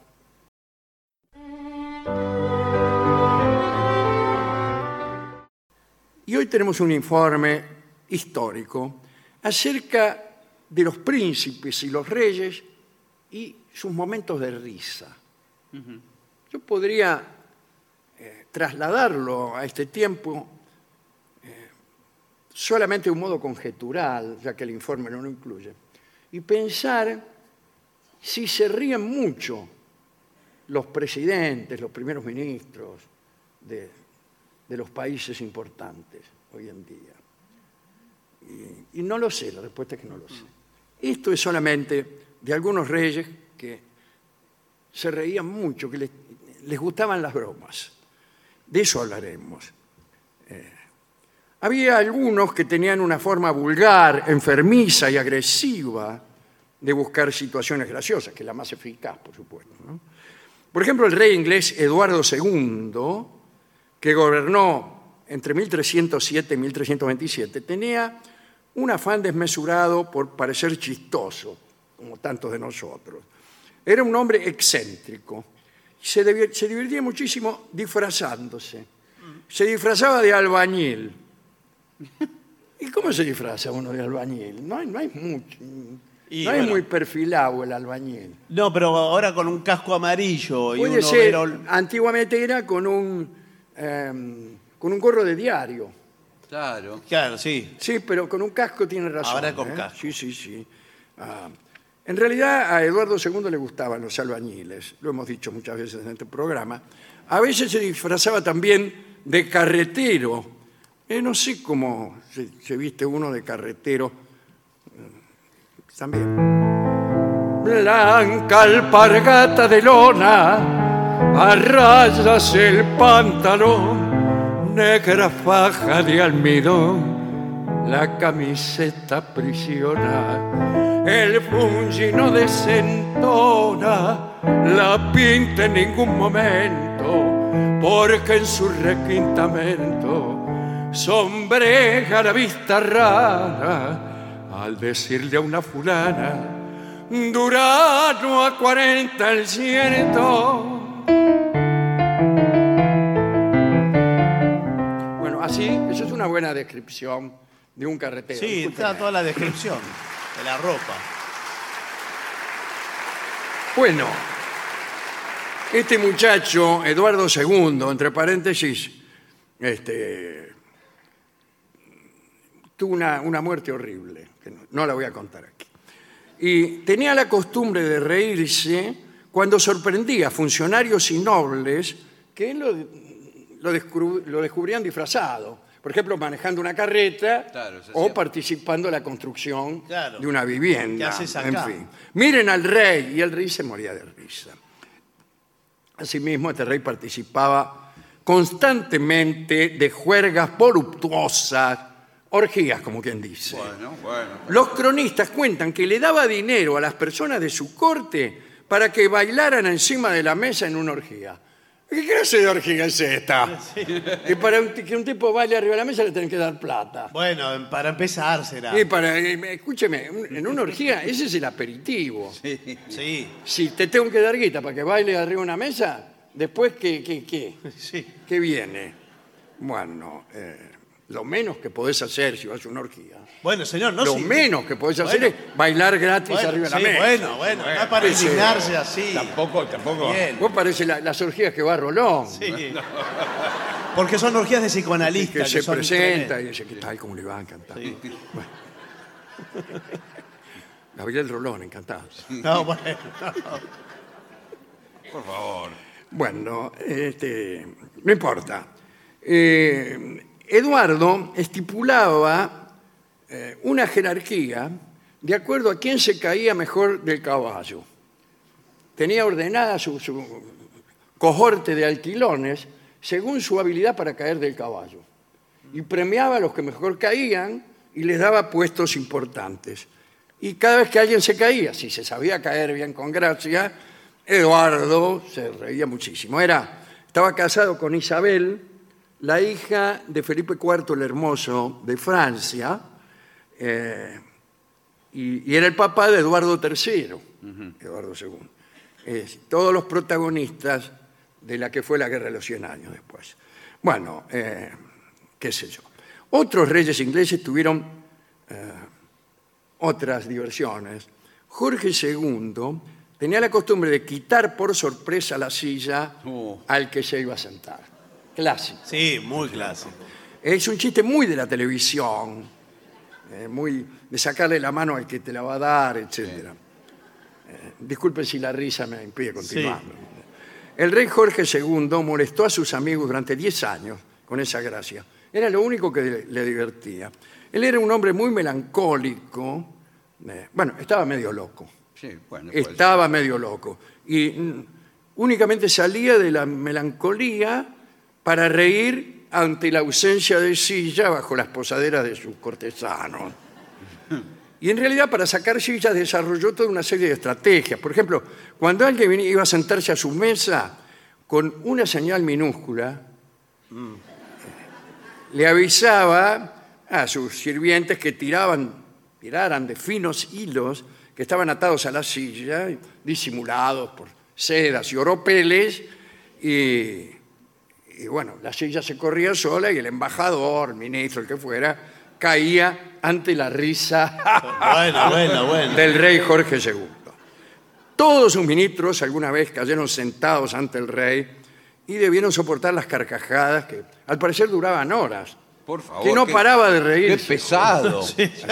Speaker 2: Y hoy tenemos un informe histórico acerca de los príncipes y los reyes y sus momentos de risa. Yo podría trasladarlo a este tiempo solamente de un modo conjetural, ya que el informe no lo incluye, y pensar si se ríen mucho los presidentes, los primeros ministros de los países importantes hoy en día. Y no lo sé, la respuesta es que no lo sé. Esto es solamente de algunos reyes que se reían mucho, que les gustaban las bromas. De eso hablaremos. Había algunos que tenían una forma vulgar, enfermiza y agresiva de buscar situaciones graciosas, que es la más eficaz, por supuesto, ¿no? Por ejemplo, el rey inglés Eduardo II, que gobernó entre 1307 y 1327, tenía un afán desmesurado por parecer chistoso, como tantos de nosotros. Era un hombre excéntrico. Se divertía muchísimo disfrazándose. Se disfrazaba de albañil. ¿Y cómo se disfraza uno de albañil? No hay mucho.
Speaker 3: Y
Speaker 2: no es muy perfilado el albañil.
Speaker 3: No, pero ahora con un casco amarillo y
Speaker 2: Puede
Speaker 3: un
Speaker 2: ser,
Speaker 3: overol.
Speaker 2: antiguamente era con un gorro de diario.
Speaker 4: Claro.
Speaker 3: Claro, sí.
Speaker 2: Sí, pero con un casco tiene razón.
Speaker 3: Ahora con casco.
Speaker 2: Sí, sí, sí. En realidad a Eduardo II le gustaban los albañiles, lo hemos dicho muchas veces en este programa. A veces se disfrazaba también de carretero. No sé cómo se viste uno de carretero. También. Blanca alpargata de lona, a rayas el pantalón, negra faja de almidón, la camiseta aprisiona, el fungi no desentona, la pinta en ningún momento, porque en su requintamento sombreja la vista rara al decirle a una fulana, Durano a 40 el ciento. Bueno, así, eso es una buena descripción de un carretero.
Speaker 3: Sí,
Speaker 2: Discúlpeme.
Speaker 3: está toda la descripción de la ropa.
Speaker 2: Bueno, este muchacho, Eduardo II, entre paréntesis, tuvo una muerte horrible, que no la voy a contar aquí. Y tenía la costumbre de reírse cuando sorprendía a funcionarios y nobles que lo descubrían disfrazado. Por ejemplo, manejando una carreta,
Speaker 4: Claro, se
Speaker 2: o
Speaker 4: hacía.
Speaker 2: participando en la construcción
Speaker 3: Claro.
Speaker 2: de una vivienda.
Speaker 3: ¿Qué haces acá?
Speaker 2: En fin. Miren al rey, y el rey se moría de risa. Asimismo, este rey participaba constantemente de juergas voluptuosas, orgías, como quien dice.
Speaker 4: Bueno.
Speaker 2: Los cronistas cuentan que le daba dinero a las personas de su corte para que bailaran encima de la mesa en una orgía. ¿Qué clase de orgía es esta? Y para que un tipo baile arriba de la mesa le tienen que dar plata.
Speaker 3: Bueno, para empezar será.
Speaker 2: Escúcheme, en una orgía ese es el aperitivo.
Speaker 3: Sí,
Speaker 2: Si te tengo que dar guita para que baile arriba de una mesa, después, ¿qué
Speaker 3: sí.
Speaker 2: viene? Bueno, Lo menos que podés hacer si vas a una orgía.
Speaker 3: Bueno, señor, no
Speaker 2: Lo
Speaker 3: si-
Speaker 2: menos que podés hacer
Speaker 3: Bueno.
Speaker 2: es bailar gratis
Speaker 3: Bueno,
Speaker 2: arriba de la
Speaker 3: sí,
Speaker 2: mesa.
Speaker 3: bueno, no es para
Speaker 2: sí.
Speaker 3: indignarse así.
Speaker 4: Tampoco.
Speaker 3: Bien.
Speaker 2: Vos parece las orgías que va Rolón.
Speaker 3: Sí. Porque son orgías de
Speaker 2: Que
Speaker 3: psicoanalistas.
Speaker 2: se
Speaker 3: son
Speaker 2: presenta y
Speaker 3: tremendas.
Speaker 2: dice, ¿qué tal? ¿Cómo le va? Encantado.
Speaker 3: Sí.
Speaker 2: Gabriel Rolón, encantado.
Speaker 3: No, bueno.
Speaker 4: Por favor.
Speaker 2: Bueno, no importa. Eduardo estipulaba una jerarquía de acuerdo a quién se caía mejor del caballo. Tenía ordenada su cohorte de alquilones según su habilidad para caer del caballo. Y premiaba a los que mejor caían y les daba puestos importantes. Y cada vez que alguien se caía, si se sabía caer bien con gracia, Eduardo se reía muchísimo. Estaba casado con Isabel, la hija de Felipe IV el Hermoso de Francia, y era el papá de Eduardo III, Eduardo II. Todos los protagonistas de la que fue la Guerra de los 100 Años después. Bueno, qué sé yo. Otros reyes ingleses tuvieron otras diversiones. Jorge II tenía la costumbre de quitar por sorpresa la silla al que se iba a sentar. Clásico.
Speaker 3: Sí, muy clásico.
Speaker 2: Es un chiste muy de la televisión, muy de sacarle la mano al que te la va a dar, etc. Disculpen si la risa me impide continuar.
Speaker 3: Sí.
Speaker 2: El rey Jorge II molestó a sus amigos durante 10 años con esa gracia. Era lo único que le divertía. Él era un hombre muy melancólico. Bueno, estaba medio loco.
Speaker 4: Sí, bueno, puede
Speaker 2: Estaba medio loco. Y únicamente salía de la melancolía para reír ante la ausencia de silla bajo las posaderas de sus cortesanos. Y en realidad para sacar sillas desarrolló toda una serie de estrategias. Por ejemplo, cuando alguien iba a sentarse a su mesa, con una señal minúscula, le avisaba a sus sirvientes que tiraran de finos hilos que estaban atados a la silla, disimulados por sedas y oropeles, y bueno, la silla se corría sola y el embajador, el ministro, el que fuera, caía ante la risa
Speaker 3: Bueno.
Speaker 2: del rey Jorge II. Todos sus ministros alguna vez cayeron sentados ante el rey y debieron soportar las carcajadas que al parecer duraban horas.
Speaker 4: Por favor.
Speaker 2: Que no paraba de
Speaker 4: Qué
Speaker 2: reírse.
Speaker 4: pesado.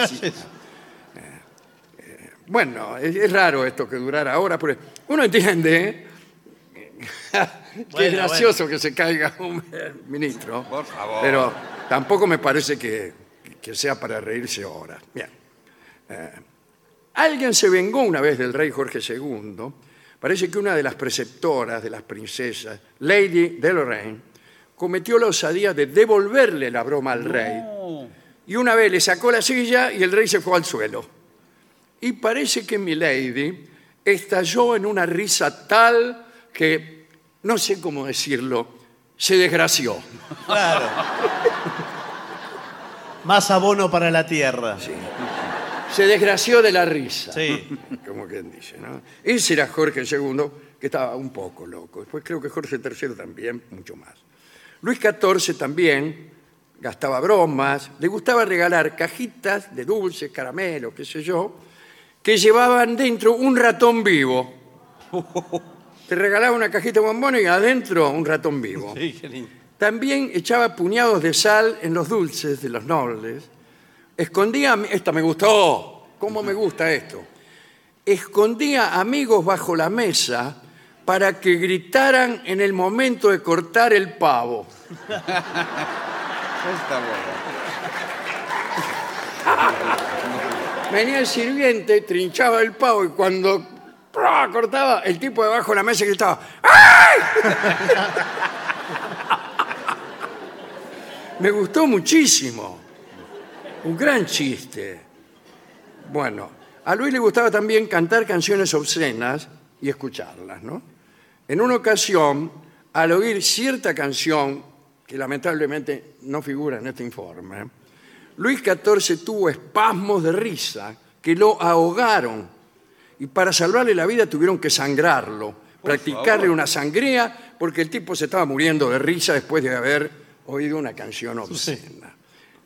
Speaker 2: Bueno, es raro esto que durara horas, porque uno entiende que es gracioso que se caiga un ministro,
Speaker 4: Por favor.
Speaker 2: pero tampoco me parece que sea para reírse horas. Bien. Alguien se vengó una vez del rey Jorge II. Parece que una de las preceptoras de las princesas, Lady de Lorraine, cometió la osadía de devolverle la broma al rey. Y una vez le sacó la silla y el rey se fue al suelo. Y parece que Milady estalló en una risa tal que, no sé cómo decirlo, se desgració.
Speaker 3: Claro. Más abono para la tierra.
Speaker 2: Se desgració de la risa.
Speaker 3: Sí.
Speaker 2: Como quien dice, ¿no? Ese era Jorge II, que estaba un poco loco. Después creo que Jorge III también, mucho más. Luis XIV también gastaba bromas, le gustaba regalar cajitas de dulces, caramelos, qué sé yo, que llevaban dentro un ratón vivo. Te regalaba una cajita de bombones y adentro un ratón vivo.
Speaker 3: Sí, qué lindo.
Speaker 2: También echaba puñados de sal en los dulces de los nobles. Escondía, esta me gustó, ¿cómo me gusta esto? Escondía amigos bajo la mesa para que gritaran en el momento de cortar el pavo.
Speaker 4: Está bueno.
Speaker 2: Venía el sirviente, trinchaba el pavo y cuando cortaba, el tipo debajo de la mesa gritaba ¡ay! Me gustó muchísimo. Un gran chiste. Bueno, a Luis le gustaba también cantar canciones obscenas y escucharlas, ¿no? En una ocasión, al oír cierta canción, que lamentablemente no figura en este informe, Luis XIV tuvo espasmos de risa que lo ahogaron y para salvarle la vida tuvieron que sangrarlo, practicarle una sangría porque el tipo se estaba muriendo de risa después de haber oído una canción obscena.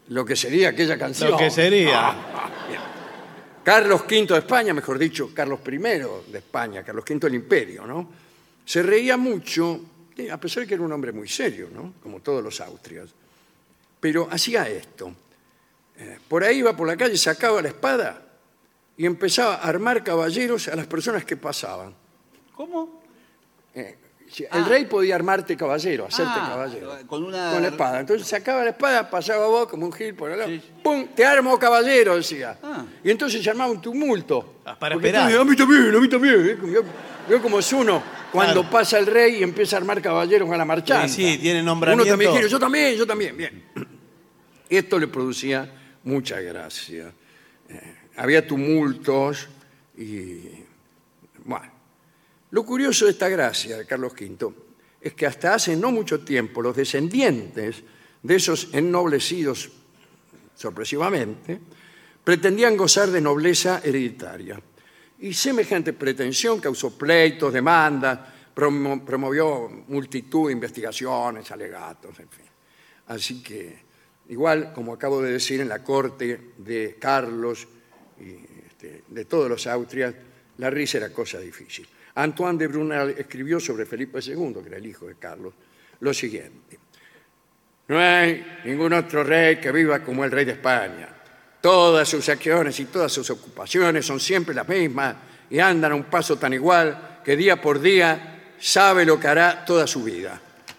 Speaker 2: lo que sería aquella canción.
Speaker 3: Lo que sería.
Speaker 2: Carlos V de España, mejor dicho, Carlos I de España, Carlos V del Imperio, ¿no? Se reía mucho, a pesar de que era un hombre muy serio, ¿no? Como todos los austrias. Pero hacía esto. Por ahí iba por la calle, sacaba la espada y empezaba a armar caballeros a las personas que pasaban.
Speaker 4: ¿Cómo?
Speaker 2: El rey podía armarte caballero, hacerte caballero.
Speaker 4: Con
Speaker 2: la espada. Entonces sacaba la espada, pasaba vos como un gil por el lado. Sí. ¡Pum! Te armo caballero, decía. Y entonces se armaba un tumulto.
Speaker 3: Para esperar.
Speaker 2: A mí también. Yo como es uno, cuando pasa el rey y empieza a armar caballeros a la marchanta.
Speaker 3: Sí, tiene nombramiento.
Speaker 2: Uno también quiere, yo también. Bien. Esto le producía mucha gracia. Había tumultos y... Bueno. Lo curioso de esta gracia de Carlos V es que hasta hace no mucho tiempo los descendientes de esos ennoblecidos sorpresivamente pretendían gozar de nobleza hereditaria. Y semejante pretensión causó pleitos, demandas, promovió multitud de investigaciones, alegatos, en fin. Así que, igual, como acabo de decir, en la corte de Carlos y de todos los Austrias, la risa era cosa difícil. Antoine de Brunel escribió sobre Felipe II, que era el hijo de Carlos, lo siguiente. No hay ningún otro rey que viva como el rey de España. Todas sus acciones y todas sus ocupaciones son siempre las mismas y andan a un paso tan igual que día por día sabe lo que hará toda su vida.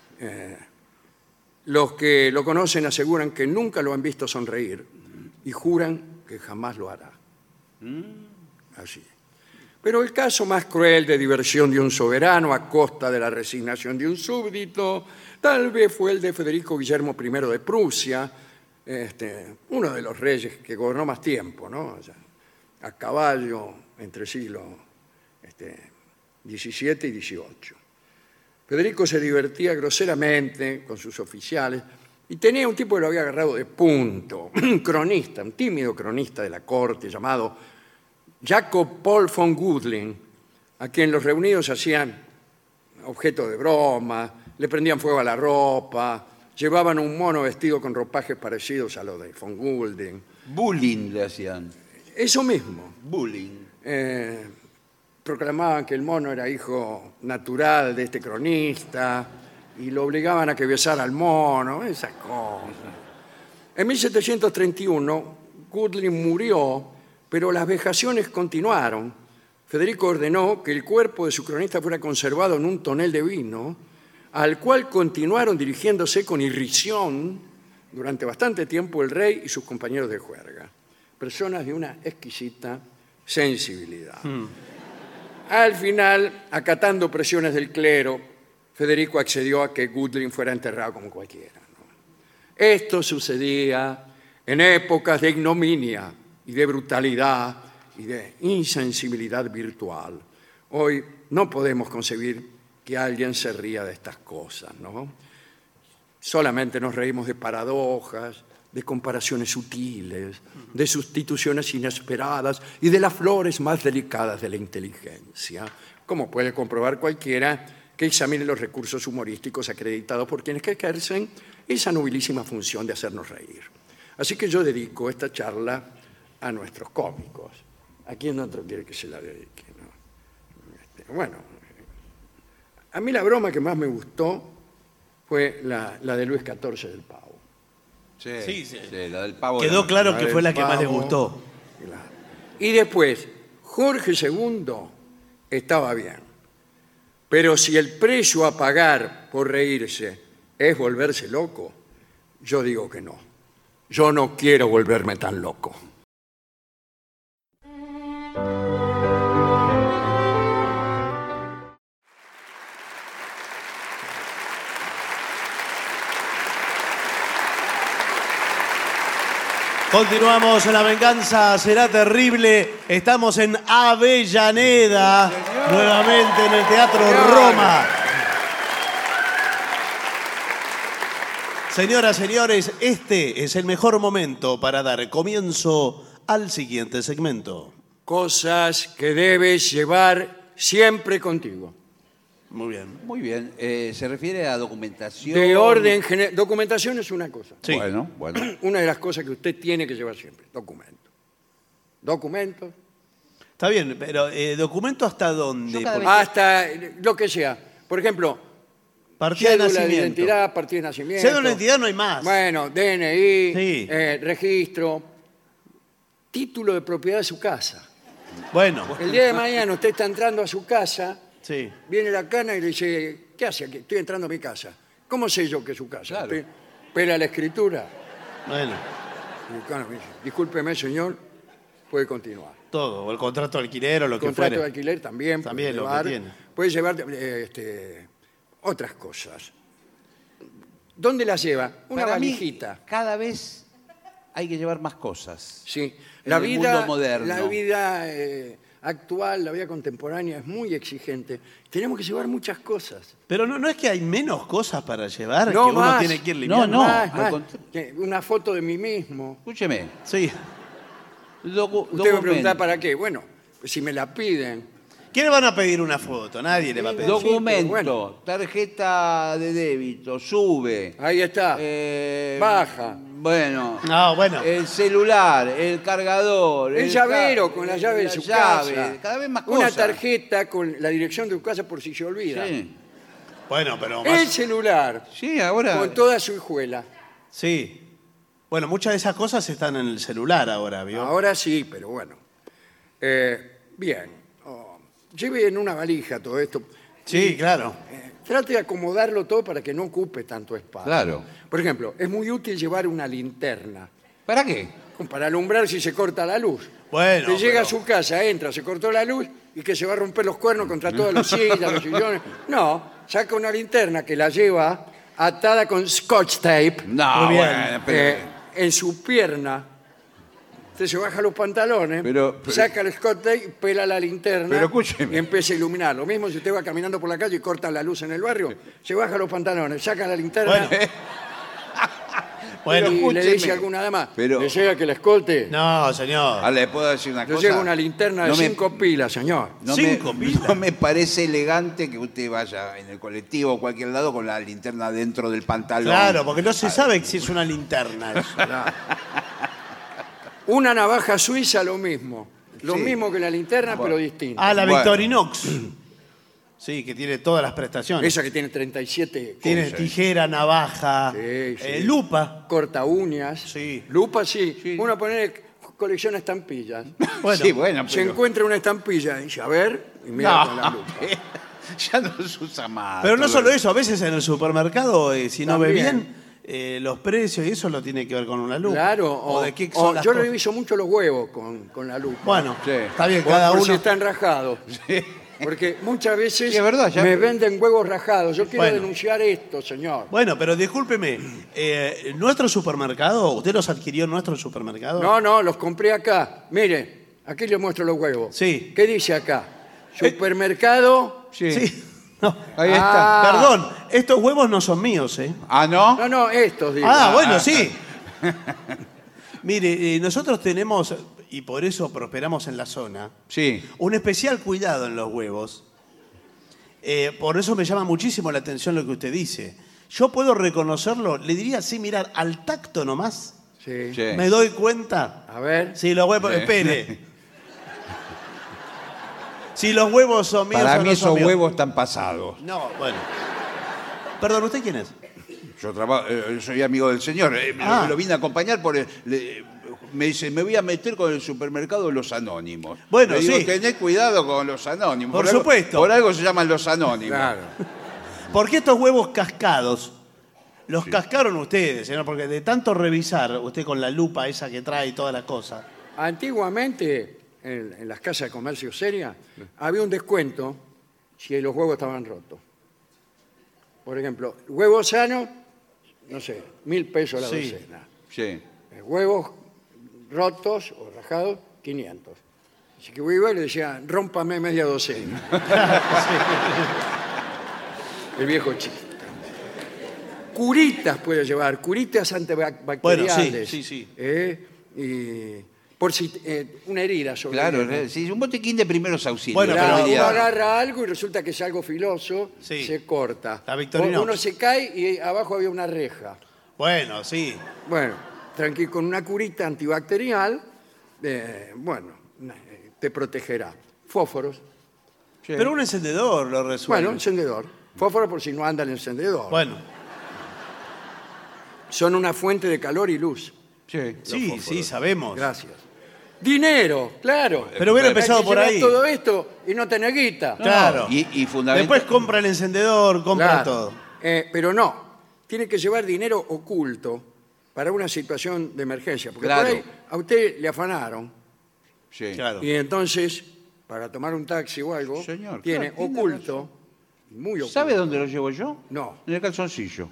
Speaker 2: Los que lo conocen aseguran que nunca lo han visto sonreír y juran que jamás lo hará. Así. Pero el caso más cruel de diversión de un soberano a costa de la resignación de un súbdito tal vez fue el de Federico Guillermo I de Prusia, uno de los reyes que gobernó más tiempo, ¿no? O sea, a caballo entre siglos XVII y XVIII. Federico se divertía groseramente con sus oficiales y tenía un tipo que lo había agarrado de punto, un cronista, un tímido cronista de la corte llamado Jacob Paul von Gudlin, a quien los reunidos hacían objeto de broma, le prendían fuego a la ropa, llevaban un mono vestido con ropajes parecidos a los de von Gudlin.
Speaker 4: Bullying le hacían.
Speaker 2: Eso mismo.
Speaker 4: Bullying.
Speaker 2: Proclamaban que el mono era hijo natural de este cronista y lo obligaban a que besara al mono, esas cosas. En 1731, Gudlin murió, pero las vejaciones continuaron. Federico ordenó que el cuerpo de su cronista fuera conservado en un tonel de vino, al cual continuaron dirigiéndose con irrisión durante bastante tiempo el rey y sus compañeros de juerga, personas de una exquisita sensibilidad. Al final, acatando presiones del clero, Federico accedió a que Gudlin fuera enterrado como cualquiera, ¿no? Esto sucedía en épocas de ignominia y de brutalidad y de insensibilidad virtual. Hoy no podemos concebir que alguien se ría de estas cosas, ¿no? Solamente nos reímos de paradojas, de comparaciones sutiles, de sustituciones inesperadas y de las flores más delicadas de la inteligencia, como puede comprobar cualquiera que examine los recursos humorísticos acreditados por quienes ejercen esa nobilísima función de hacernos reír. Así que yo dedico esta charla a nuestros cómicos. ¿A quién otro quiere que se la dedique? ¿No? Bueno, a mí la broma que más me gustó fue la de Luis XIV del pavo.
Speaker 4: Sí, la del pavo.
Speaker 3: Quedó claro que fue la que más le gustó.
Speaker 2: Claro. Y después, Jorge II estaba bien. Pero si el precio a pagar por reírse es volverse loco, yo digo que no. Yo no quiero volverme tan loco.
Speaker 3: Continuamos, La Venganza Será Terrible. Estamos en Avellaneda, nuevamente en el Teatro Roma. Señoras, señores, este es el mejor momento para dar comienzo al siguiente segmento.
Speaker 2: Cosas que debes llevar siempre contigo.
Speaker 3: Muy bien.
Speaker 4: Muy bien. ¿Se refiere a documentación?
Speaker 2: De orden general. Documentación es una cosa.
Speaker 3: Sí.
Speaker 4: Bueno.
Speaker 2: Una de las cosas que usted tiene que llevar siempre. Documentos.
Speaker 3: Está bien, pero ¿documento hasta dónde?
Speaker 4: Yo cada
Speaker 3: Porque
Speaker 4: vez-
Speaker 2: Hasta lo que sea. Por ejemplo,
Speaker 3: partida de
Speaker 2: cédula de
Speaker 3: nacimiento.
Speaker 2: identidad, partida de nacimiento.
Speaker 3: Cédula de identidad no hay más.
Speaker 2: Bueno, DNI,
Speaker 3: Sí.
Speaker 2: registro, título de propiedad de su casa.
Speaker 3: Bueno,
Speaker 2: El día de mañana usted está entrando a su casa,
Speaker 3: sí.
Speaker 2: viene la cana y le dice, ¿qué hace aquí? Estoy entrando a mi casa. ¿Cómo sé yo que es su casa?
Speaker 4: Claro.
Speaker 2: Usted pela la escritura.
Speaker 3: Bueno,
Speaker 2: Y el cana me dice, discúlpeme, señor, puede continuar.
Speaker 3: todo. O el contrato de alquiler o lo que
Speaker 2: Contrato de
Speaker 3: fuere.
Speaker 2: alquiler también.
Speaker 3: También
Speaker 2: puede
Speaker 3: lo que
Speaker 2: llevar,
Speaker 3: tiene.
Speaker 2: Puede llevar otras cosas. ¿Dónde las lleva? Una
Speaker 4: Para mí,
Speaker 2: valijita.
Speaker 4: cada vez hay que llevar más cosas.
Speaker 2: Sí.
Speaker 4: En
Speaker 2: La
Speaker 4: el
Speaker 2: vida,
Speaker 4: mundo moderno.
Speaker 2: La vida actual, la vida contemporánea es muy exigente. Tenemos que llevar muchas cosas.
Speaker 3: Pero no es que hay menos cosas para llevar
Speaker 2: No
Speaker 3: que uno
Speaker 2: más.
Speaker 3: tiene que ir
Speaker 4: No,
Speaker 3: limpiando.
Speaker 4: no.
Speaker 2: Más,
Speaker 4: al
Speaker 2: más.
Speaker 4: contrario.
Speaker 2: Una foto de mí mismo.
Speaker 4: Escúcheme.
Speaker 3: Sí.
Speaker 2: Usted me pregunta para qué. Bueno, si me la piden.
Speaker 3: ¿Qué le van a pedir una foto? Nadie le va a pedir.
Speaker 4: Documento,
Speaker 2: bueno.
Speaker 4: tarjeta de débito, sube.
Speaker 2: Ahí está. Baja.
Speaker 4: Bueno.
Speaker 3: No, bueno.
Speaker 4: El celular, el cargador.
Speaker 2: El llavero con la llave de su casa.
Speaker 4: Cada vez más
Speaker 2: Una
Speaker 4: cosas.
Speaker 2: tarjeta con la dirección de su casa por si se olvida.
Speaker 4: Sí.
Speaker 3: Bueno, pero
Speaker 2: El
Speaker 3: más...
Speaker 2: celular
Speaker 4: Sí, ahora.
Speaker 2: con toda su hijuela.
Speaker 3: Sí. Bueno, muchas de esas cosas están en el celular ahora, ¿vio?
Speaker 2: Ahora sí, pero bueno. Bien. Lleve en una valija todo esto.
Speaker 3: Sí, claro.
Speaker 2: Trate de acomodarlo todo para que no ocupe tanto espacio.
Speaker 4: Claro.
Speaker 2: Por ejemplo, es muy útil llevar una linterna
Speaker 4: ¿Para qué?
Speaker 2: para alumbrar si se corta la luz.
Speaker 3: Bueno,
Speaker 2: Usted llega
Speaker 3: pero-
Speaker 2: a su casa, entra, se cortó la luz y que se va a romper los cuernos contra todas las sillas, los sillones. No, saca una linterna que la lleva atada con scotch tape
Speaker 4: No,
Speaker 3: Muy bien.
Speaker 4: bueno, pero.
Speaker 2: en su pierna. Usted se baja los pantalones,
Speaker 4: Pero-
Speaker 2: saca el scotch tape, pela la linterna
Speaker 4: Pero escúcheme.
Speaker 2: y empieza a iluminar. Lo mismo si usted va caminando por la calle y corta la luz en el barrio, se baja los pantalones, saca la linterna
Speaker 3: Bueno,
Speaker 2: y le
Speaker 4: escúcheme.
Speaker 2: dice a alguna dama,
Speaker 4: Pero-
Speaker 2: ¿desea que la escolte?
Speaker 3: no, señor.
Speaker 4: Ah, ¿le puedo decir una
Speaker 2: Yo
Speaker 4: cosa?
Speaker 2: llevo una linterna de
Speaker 4: No me-
Speaker 2: 5 pilas, señor.
Speaker 4: No
Speaker 3: 5
Speaker 4: me,
Speaker 3: pilas.
Speaker 4: no me parece elegante que usted vaya en el colectivo o cualquier lado con la linterna dentro del pantalón.
Speaker 3: Claro, porque no se sabe si es una linterna eso.
Speaker 2: Una navaja suiza, lo mismo. Lo
Speaker 4: Sí.
Speaker 2: mismo que la linterna, pero distinta.
Speaker 3: Ah, la
Speaker 4: Bueno.
Speaker 3: Victorinox. Sí, que tiene todas las prestaciones.
Speaker 2: Esa que tiene 37
Speaker 3: Tiene tijera, navaja,
Speaker 2: Sí, sí.
Speaker 3: lupa.
Speaker 2: corta uñas.
Speaker 3: Sí.
Speaker 2: Lupa, sí. Uno pone colecciona estampillas.
Speaker 3: Bueno,
Speaker 4: Sí, bueno,
Speaker 2: Se
Speaker 4: pero.
Speaker 2: encuentra una estampilla y dice, a ver, y mira con la
Speaker 4: No,
Speaker 2: lupa.
Speaker 4: ya no se usa más.
Speaker 3: Pero no
Speaker 4: todo
Speaker 3: solo
Speaker 4: lo-
Speaker 3: eso, a veces en el supermercado, si no ve
Speaker 2: También.
Speaker 3: bien, los precios y eso lo tiene que ver con una lupa.
Speaker 2: Claro,
Speaker 3: o de qué son las
Speaker 2: yo
Speaker 3: cosas.
Speaker 2: reviso mucho los huevos con la lupa.
Speaker 3: Bueno,
Speaker 4: Sí.
Speaker 3: está bien,
Speaker 2: Por-
Speaker 3: cada
Speaker 2: por
Speaker 3: uno.
Speaker 2: si están rajados. Porque muchas veces
Speaker 4: Sí, es verdad, ya-
Speaker 2: me venden huevos rajados. Yo quiero
Speaker 3: Bueno.
Speaker 2: denunciar esto, señor.
Speaker 3: Bueno, pero discúlpeme, ¿nuestro supermercado, usted los adquirió en nuestro supermercado?
Speaker 2: No, los compré acá. Mire, aquí le muestro los huevos.
Speaker 3: Sí.
Speaker 2: ¿Qué dice acá? Supermercado.
Speaker 4: Sí.
Speaker 3: Sí. No.
Speaker 4: Ahí
Speaker 2: Ah.
Speaker 4: está.
Speaker 3: Perdón, estos huevos no son míos, ¿eh?
Speaker 4: Ah, ¿no?
Speaker 2: No, estos, digo.
Speaker 3: Ah, bueno, sí. Mire, nosotros tenemos, y por eso prosperamos en la zona,
Speaker 4: Sí.
Speaker 3: un especial cuidado en los huevos. Por eso me llama muchísimo la atención lo que usted dice. Yo puedo reconocerlo, le diría así, mirar, al tacto nomás,
Speaker 2: Sí.
Speaker 4: Sí.
Speaker 3: me doy cuenta.
Speaker 2: A ver.
Speaker 3: Si los huevos,
Speaker 4: Sí.
Speaker 3: espere. Si los huevos son míos
Speaker 4: Para
Speaker 3: o
Speaker 4: mí
Speaker 3: no son
Speaker 4: esos
Speaker 3: míos.
Speaker 4: huevos están pasados.
Speaker 3: No, bueno. Perdón, ¿usted quién es?
Speaker 4: Yo soy amigo del señor.
Speaker 3: Ah.
Speaker 4: Lo vine a acompañar por me dice, me voy a meter con el supermercado de los anónimos.
Speaker 3: Bueno,
Speaker 4: Le digo,
Speaker 3: sí.
Speaker 4: tenés cuidado con los anónimos.
Speaker 3: Por
Speaker 4: algo-
Speaker 3: supuesto.
Speaker 4: Por algo se llaman los anónimos.
Speaker 2: Claro.
Speaker 3: Porque estos huevos cascados, los cascaron ustedes, señor, porque de tanto revisar, usted con la lupa esa que trae y toda la cosa.
Speaker 2: Antiguamente, en las casas de comercio seria, había un descuento si los huevos estaban rotos. Por ejemplo, huevos sanos, no sé, 1.000 pesos la
Speaker 3: Sí.
Speaker 2: docena.
Speaker 4: Sí.
Speaker 2: Huevos rotos o rajados, 500. Así que iba y le decía, rómpame media docena. El viejo chiste. Curitas puede llevar, curitas antibacteriales.
Speaker 3: Bueno, sí.
Speaker 2: Y por si una herida sobre
Speaker 4: Claro, sí, un botiquín de primeros auxilios.
Speaker 3: Bueno,
Speaker 2: Claro,
Speaker 3: pero-
Speaker 2: uno agarra algo y resulta que es algo filoso,
Speaker 3: Sí.
Speaker 2: se corta.
Speaker 3: La Victorinox.
Speaker 2: Uno se cae y abajo había una reja.
Speaker 3: Bueno, sí.
Speaker 2: Bueno, tranquilo, con una curita antibacterial, te protegerá. Fósforos.
Speaker 4: Sí.
Speaker 3: Pero un encendedor lo resuelve.
Speaker 2: Bueno, encendedor. Fósforo por si no anda el encendedor.
Speaker 3: Bueno,
Speaker 2: Son una fuente de calor y luz.
Speaker 4: Sí.
Speaker 3: sí, sí, sabemos.
Speaker 2: Gracias. Dinero, claro.
Speaker 3: Pero hubiera
Speaker 2: Hay que
Speaker 3: empezado por
Speaker 2: llevar
Speaker 3: ahí.
Speaker 2: todo esto y no tener guita.
Speaker 3: Claro.
Speaker 4: Y fundamental.
Speaker 3: Después compra el encendedor, compra
Speaker 2: Claro.
Speaker 3: todo.
Speaker 2: Pero no, tiene que llevar dinero oculto para una situación de emergencia. Porque
Speaker 4: Claro.
Speaker 2: por ahí a usted le afanaron
Speaker 4: Sí.
Speaker 3: Claro.
Speaker 2: y entonces, para tomar un taxi o algo,
Speaker 4: Señor,
Speaker 2: tiene
Speaker 4: claro, tiene
Speaker 2: oculto, muy oculto.
Speaker 4: ¿Sabe dónde lo llevo yo?
Speaker 2: No.
Speaker 4: En el calzoncillo.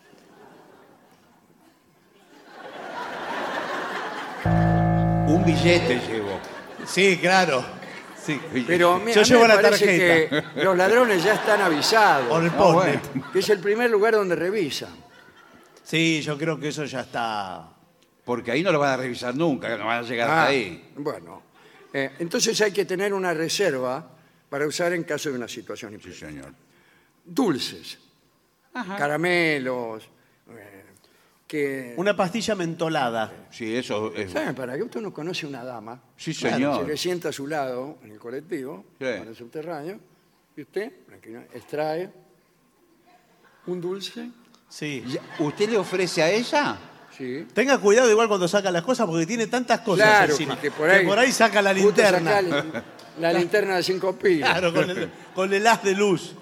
Speaker 4: Un billete llevo.
Speaker 3: Sí, claro. Sí.
Speaker 2: Pero
Speaker 3: Yo
Speaker 2: a mí
Speaker 3: llevo
Speaker 2: me
Speaker 3: la
Speaker 2: parece
Speaker 3: tarjeta.
Speaker 2: que los ladrones ya están avisados,
Speaker 3: Por el
Speaker 4: Ah,
Speaker 3: Postnet.
Speaker 4: bueno.
Speaker 2: que es el primer lugar donde revisan.
Speaker 3: Sí, yo creo que eso ya está.
Speaker 4: Porque ahí no lo van a revisar nunca, no van a llegar hasta ahí.
Speaker 2: Bueno, entonces hay que tener una reserva para usar en caso de una situación
Speaker 4: Sí,
Speaker 2: imprevista.
Speaker 4: señor.
Speaker 2: Dulces, caramelos, que...
Speaker 3: Una pastilla mentolada.
Speaker 4: Sí, eso es.
Speaker 2: ¿Saben? Para que usted no conoce una dama,
Speaker 4: Sí,
Speaker 2: se
Speaker 4: señor.
Speaker 2: le sienta a su lado en el colectivo,
Speaker 4: Sí.
Speaker 2: para el subterráneo, y usted tranquilo, extrae un dulce,
Speaker 3: Sí.
Speaker 4: ¿Usted le ofrece a ella?
Speaker 2: sí.
Speaker 3: Tenga cuidado igual cuando saca las cosas porque tiene tantas cosas
Speaker 2: Claro,
Speaker 3: encima.
Speaker 2: porque
Speaker 3: Que por ahí saca la
Speaker 2: justo
Speaker 3: linterna.
Speaker 2: saca la linterna de 5 pilas.
Speaker 3: Claro, con el haz de luz.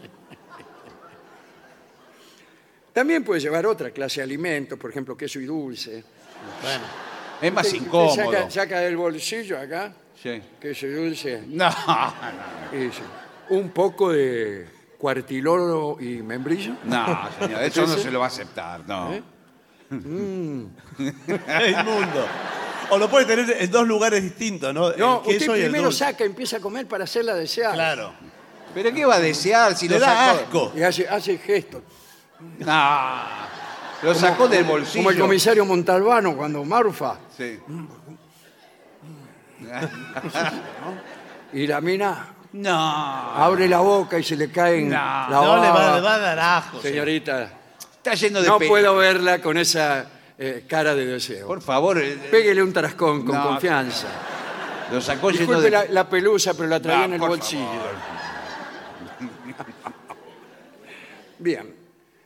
Speaker 2: También puede llevar otra clase de alimentos, por ejemplo, queso y dulce.
Speaker 3: Bueno.
Speaker 4: Es más
Speaker 2: Usted
Speaker 4: incómodo.
Speaker 2: Saca del bolsillo acá,
Speaker 4: Sí.
Speaker 2: queso y dulce,
Speaker 4: No,
Speaker 2: y dice, un poco de cuartiloro y membrillo.
Speaker 4: no, señor, eso no
Speaker 2: ¿Ese?
Speaker 4: se lo va a aceptar, no.
Speaker 2: ¿Eh?
Speaker 3: Es inmundo. O lo puede tener en dos lugares distintos, ¿no?
Speaker 2: No,
Speaker 3: El queso
Speaker 2: usted
Speaker 3: y el
Speaker 2: primero
Speaker 3: dulce.
Speaker 2: saca, empieza a comer para hacerla desear.
Speaker 3: Claro.
Speaker 4: ¿Pero qué va a desear si
Speaker 3: Le
Speaker 4: lo
Speaker 3: da
Speaker 4: sacó?
Speaker 3: asco.
Speaker 2: Y hace gestos.
Speaker 4: No, lo sacó del bolsillo.
Speaker 2: Como el comisario Montalbano cuando Marufa.
Speaker 4: Sí.
Speaker 2: Y la mina
Speaker 4: No.
Speaker 2: abre la boca y se le cae en
Speaker 4: No,
Speaker 2: la
Speaker 3: No, le
Speaker 2: baba.
Speaker 3: va a dar asco.
Speaker 2: Señorita,
Speaker 4: Está lleno de
Speaker 2: no
Speaker 4: pe-
Speaker 2: puedo verla con esa cara de deseo.
Speaker 4: Por favor,
Speaker 2: Péguele un tarascón con
Speaker 4: No,
Speaker 2: confianza.
Speaker 4: lo sacó lleno
Speaker 2: Disculpe
Speaker 4: de...
Speaker 2: la pelusa, pero la traía
Speaker 4: No,
Speaker 2: en el
Speaker 4: por
Speaker 2: bolsillo.
Speaker 4: favor.
Speaker 2: Bien.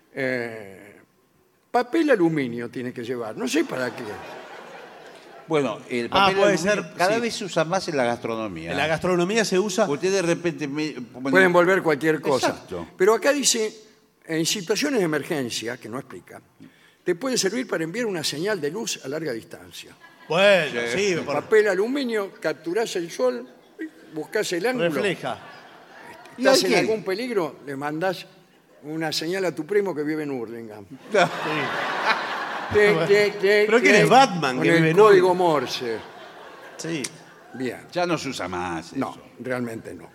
Speaker 2: Papel aluminio tiene que llevar. No sé para qué.
Speaker 4: Bueno, el papel
Speaker 3: puede
Speaker 4: aluminio
Speaker 3: ser,
Speaker 4: cada
Speaker 3: sí.
Speaker 4: vez se usa más en la gastronomía.
Speaker 3: En la gastronomía se usa.
Speaker 4: Usted de repente... bueno,
Speaker 2: Pueden volver cualquier cosa.
Speaker 4: Exacto.
Speaker 2: Pero acá dice, en situaciones de emergencia, que no explica, te puede servir para enviar una señal de luz a larga distancia.
Speaker 3: Bueno, sí,
Speaker 2: Papel aluminio, capturás el sol, buscás el ángulo.
Speaker 3: refleja.
Speaker 4: ¿Y
Speaker 2: Estás
Speaker 4: hay
Speaker 2: en
Speaker 4: qué?
Speaker 2: algún peligro, le mandás una señal a tu primo que vive en Hurlingham.
Speaker 3: Pero que eres Batman,
Speaker 2: con
Speaker 3: que vive
Speaker 2: el
Speaker 3: en
Speaker 2: código
Speaker 3: Hurlingham.
Speaker 2: Morse.
Speaker 3: Sí.
Speaker 2: Bien.
Speaker 4: Ya no se usa más
Speaker 2: No,
Speaker 4: eso.
Speaker 2: realmente no.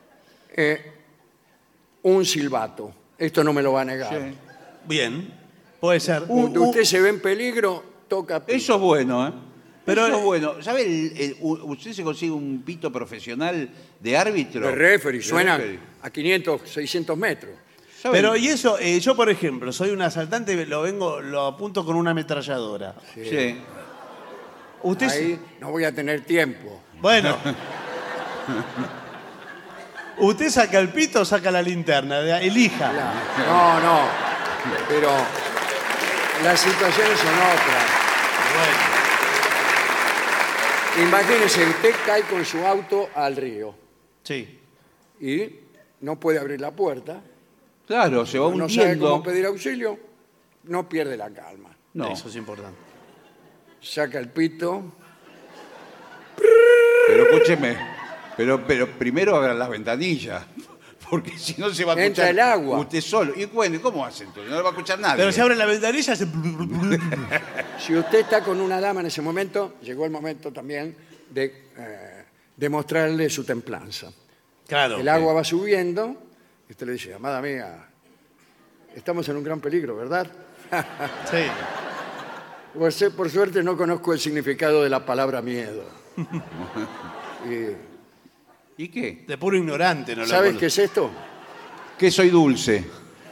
Speaker 2: Un silbato. Esto no me lo va a negar.
Speaker 4: Sí.
Speaker 3: Bien. Puede ser.
Speaker 2: Cuando usted se ve en peligro, toca pito.
Speaker 4: Eso es bueno, ¿eh?
Speaker 3: Pero-
Speaker 4: Eso es bueno. ¿Sabe? Usted se consigue un pito profesional de árbitro.
Speaker 2: De referee,
Speaker 4: De
Speaker 2: suena
Speaker 4: referee.
Speaker 2: a 500, 600 metros.
Speaker 4: ¿Sabe?
Speaker 3: Pero y eso, yo por ejemplo, soy un asaltante, lo apunto con una ametralladora.
Speaker 4: Sí.
Speaker 3: Usted
Speaker 2: Ahí no voy a tener tiempo.
Speaker 3: Bueno. Usted saca el pito o saca la linterna, elija.
Speaker 2: No, no. Pero las situaciones son otras. Imagínese, usted cae con su auto al río
Speaker 3: Sí.
Speaker 2: y no puede abrir la puerta,
Speaker 4: Claro, se va
Speaker 2: no sabe
Speaker 4: hundiendo.
Speaker 2: cómo pedir auxilio, no pierde la calma.
Speaker 4: No,
Speaker 3: Eso es importante.
Speaker 2: Saca el pito,
Speaker 4: pero escúcheme. Pero primero abran las ventanillas. Porque si no se va a escuchar.
Speaker 2: Entra el agua.
Speaker 4: Usted solo. Y bueno, ¿cómo hace entonces? No lo va a escuchar nadie.
Speaker 3: Pero si abre la ventanilla, se...
Speaker 2: si usted está con una dama en ese momento, llegó el momento también de demostrarle su templanza.
Speaker 3: Claro.
Speaker 2: El agua va subiendo y usted le dice, amada mía, estamos en un gran peligro, ¿verdad?
Speaker 3: Sí.
Speaker 2: Por suerte no conozco el significado de la palabra miedo.
Speaker 4: ¿Y qué?
Speaker 3: De puro ignorante, ¿no?
Speaker 2: ¿Sabes qué es esto?
Speaker 4: Que soy dulce.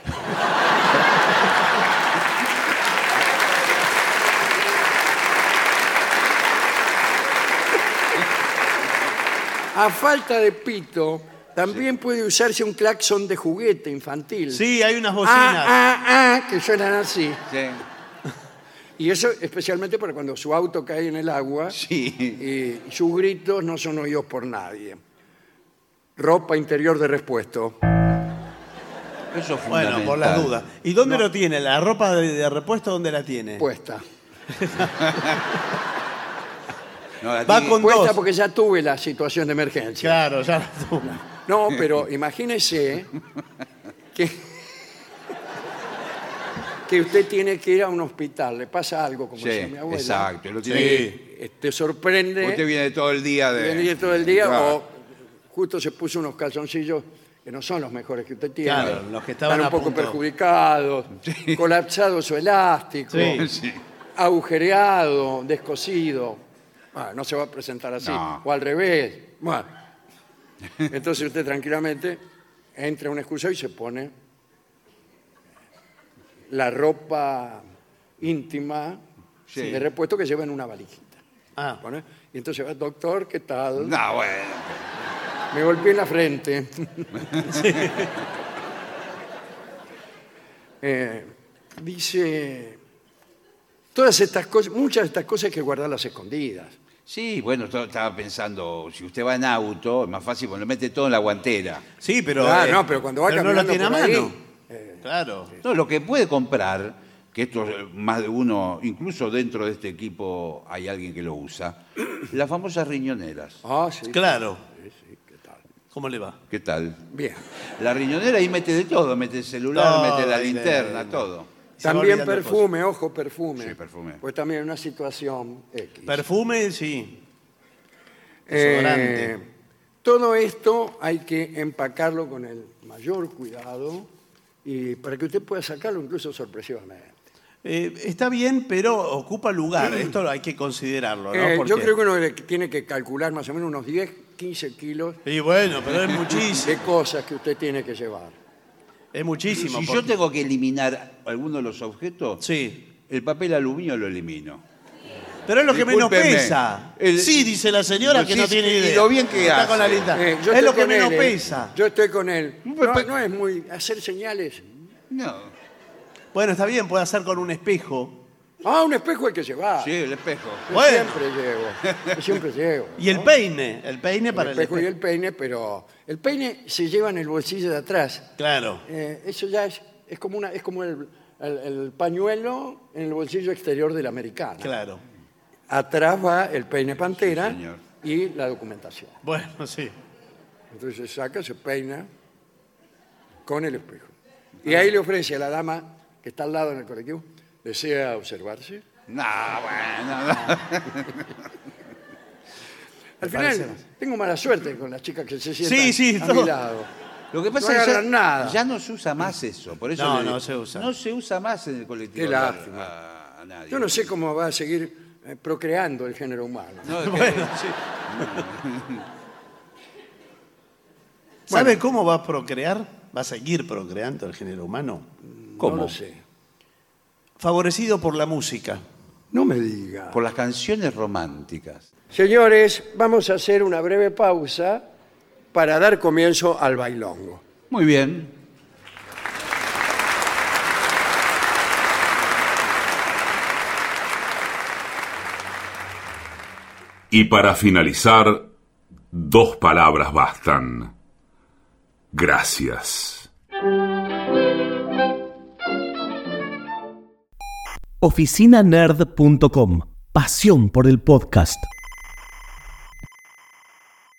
Speaker 2: A falta de pito, también puede usarse un claxon de juguete infantil.
Speaker 3: Sí, hay unas bocinas.
Speaker 2: Que suenan así.
Speaker 4: Sí.
Speaker 2: Y eso especialmente para cuando su auto cae en el agua
Speaker 4: Sí.
Speaker 2: y sus gritos no son oídos por nadie. Ropa interior de repuesto.
Speaker 4: Eso es fundamental.
Speaker 3: Bueno, por las dudas. ¿Y dónde lo tiene? ¿La ropa de repuesto dónde la tiene?
Speaker 2: Puesta.
Speaker 4: No, la
Speaker 3: Va
Speaker 4: tiene-
Speaker 3: con
Speaker 2: Puesta
Speaker 3: dos.
Speaker 2: porque ya tuve la situación de emergencia.
Speaker 3: Claro, ya la tuvo.
Speaker 2: No, pero imagínese que usted tiene que ir a un hospital, le pasa algo, como
Speaker 4: Sí,
Speaker 2: decía mi abuela.
Speaker 4: exacto. Lo tiene
Speaker 3: Sí.
Speaker 2: Te sorprende.
Speaker 4: Usted viene todo el día de...
Speaker 2: Viene todo el día
Speaker 4: Claro.
Speaker 2: o justo se puso unos calzoncillos que no son los mejores que usted tiene.
Speaker 3: Claro, los que estaban
Speaker 2: Están un
Speaker 3: a
Speaker 2: poco
Speaker 3: punto.
Speaker 2: perjudicados, colapsado su elástico,
Speaker 3: Sí.
Speaker 4: Sí.
Speaker 2: agujereado, descosido. Ah, no se va a presentar así.
Speaker 4: No.
Speaker 2: O al revés. Bueno. Entonces usted tranquilamente entra a un excusado y se pone la ropa íntima
Speaker 4: Sí.
Speaker 2: de repuesto que lleva en una valijita.
Speaker 3: Ah,
Speaker 2: Pone, y entonces va, doctor, ¿qué tal?
Speaker 4: No, bueno.
Speaker 2: Me golpeé en la frente. Dice, todas estas cosas, muchas de estas cosas hay que guardarlas escondidas.
Speaker 4: Sí, bueno, estaba pensando, si usted va en auto, es más fácil, porque lo mete todo en la guantera.
Speaker 3: sí, pero.
Speaker 2: No, pero cuando va
Speaker 3: no lo
Speaker 2: caminando
Speaker 3: tiene a
Speaker 2: por ahí,
Speaker 3: mano. Claro.
Speaker 4: No, lo que puede comprar, que esto más de uno, incluso dentro de este equipo hay alguien que lo usa, las famosas riñoneras.
Speaker 2: Ah, sí.
Speaker 3: Claro.
Speaker 2: Sí, ¿qué tal?
Speaker 3: ¿Cómo le va?
Speaker 4: ¿Qué tal?
Speaker 2: Bien.
Speaker 4: La riñonera ahí mete de todo, mete el celular,
Speaker 3: Todo,
Speaker 4: mete la
Speaker 3: ahí
Speaker 4: linterna,
Speaker 3: le-
Speaker 4: todo.
Speaker 3: Se va
Speaker 2: También
Speaker 3: olvidando
Speaker 2: perfume, ojo, perfume.
Speaker 4: Sí, perfume.
Speaker 2: Pues también una situación X.
Speaker 3: Perfume, sí. Desodorante.
Speaker 2: Todo esto hay que empacarlo con el mayor cuidado y para que usted pueda sacarlo incluso sorpresivamente.
Speaker 3: Está bien, pero ocupa lugar. Esto hay que considerarlo, ¿no?
Speaker 2: Yo
Speaker 3: Porque-
Speaker 2: creo que uno tiene que calcular más o menos unos 10, 15 kilos
Speaker 3: Y bueno, pero es muchísimo.
Speaker 2: de cosas que usted tiene que llevar.
Speaker 3: Es muchísimo.
Speaker 4: Si yo
Speaker 3: porque-
Speaker 4: tengo que eliminar alguno de los objetos,
Speaker 3: Sí.
Speaker 4: el papel aluminio lo elimino.
Speaker 3: Pero es lo que menos
Speaker 4: Discúlpeme.
Speaker 3: pesa.
Speaker 4: El-
Speaker 3: Sí, dice la señora
Speaker 4: Pues
Speaker 3: que
Speaker 4: sí,
Speaker 3: no tiene
Speaker 4: y
Speaker 3: idea.
Speaker 4: lo bien que
Speaker 3: Está
Speaker 4: hace.
Speaker 3: con la linda.
Speaker 2: Yo
Speaker 3: Es
Speaker 2: estoy
Speaker 3: lo que
Speaker 2: con
Speaker 3: menos
Speaker 2: él,
Speaker 3: pesa.
Speaker 2: Yo estoy con él. No,
Speaker 4: Pues-
Speaker 2: no es muy hacer señales.
Speaker 4: No.
Speaker 3: Bueno, está bien, puede hacer con un espejo.
Speaker 2: Ah, un espejo hay que llevar.
Speaker 4: Sí, el espejo.
Speaker 2: Yo
Speaker 3: Bueno.
Speaker 2: siempre llevo. Yo siempre llevo.
Speaker 3: Y el peine. El peine para
Speaker 2: El espejo y el peine, pero el peine se lleva en el bolsillo de atrás.
Speaker 3: Claro.
Speaker 2: Eso ya es como el pañuelo en el bolsillo exterior de la americana.
Speaker 3: Claro.
Speaker 2: Atrás va el peine pantera
Speaker 4: Sí, señor.
Speaker 2: y la documentación.
Speaker 3: Bueno, sí.
Speaker 2: Entonces saca, se peina con el espejo. Y ahí le ofrece a la dama que está al lado en el colectivo, ¿desea observarse?
Speaker 4: No, bueno, no.
Speaker 2: Al
Speaker 3: parece
Speaker 2: final,
Speaker 3: más.
Speaker 2: tengo mala suerte con las chicas que se sientan
Speaker 3: Sí, sí,
Speaker 2: a
Speaker 3: todo.
Speaker 2: mi lado.
Speaker 4: Lo que pasa
Speaker 2: No
Speaker 4: es que
Speaker 2: agarran nada.
Speaker 4: ya no se usa más eso. Por eso
Speaker 3: No,
Speaker 4: le-
Speaker 3: no se usa.
Speaker 4: No se usa más en el colectivo.
Speaker 2: Qué lástima.
Speaker 4: A nadie.
Speaker 2: Yo no sé cómo va a seguir procreando el género humano.
Speaker 4: No, es que-
Speaker 3: Bueno, sí. ¿Sabe cómo va a procrear? ¿Va a seguir procreando el género humano?
Speaker 4: ¿Cómo?
Speaker 2: No lo sé.
Speaker 3: Favorecido por la música.
Speaker 2: No me diga.
Speaker 4: Por las canciones románticas.
Speaker 2: Señores, vamos a hacer una breve pausa para dar comienzo al bailongo.
Speaker 4: Muy bien.
Speaker 5: Y para finalizar, 2 palabras bastan. Gracias.
Speaker 6: oficinanerd.com. Pasión por el podcast.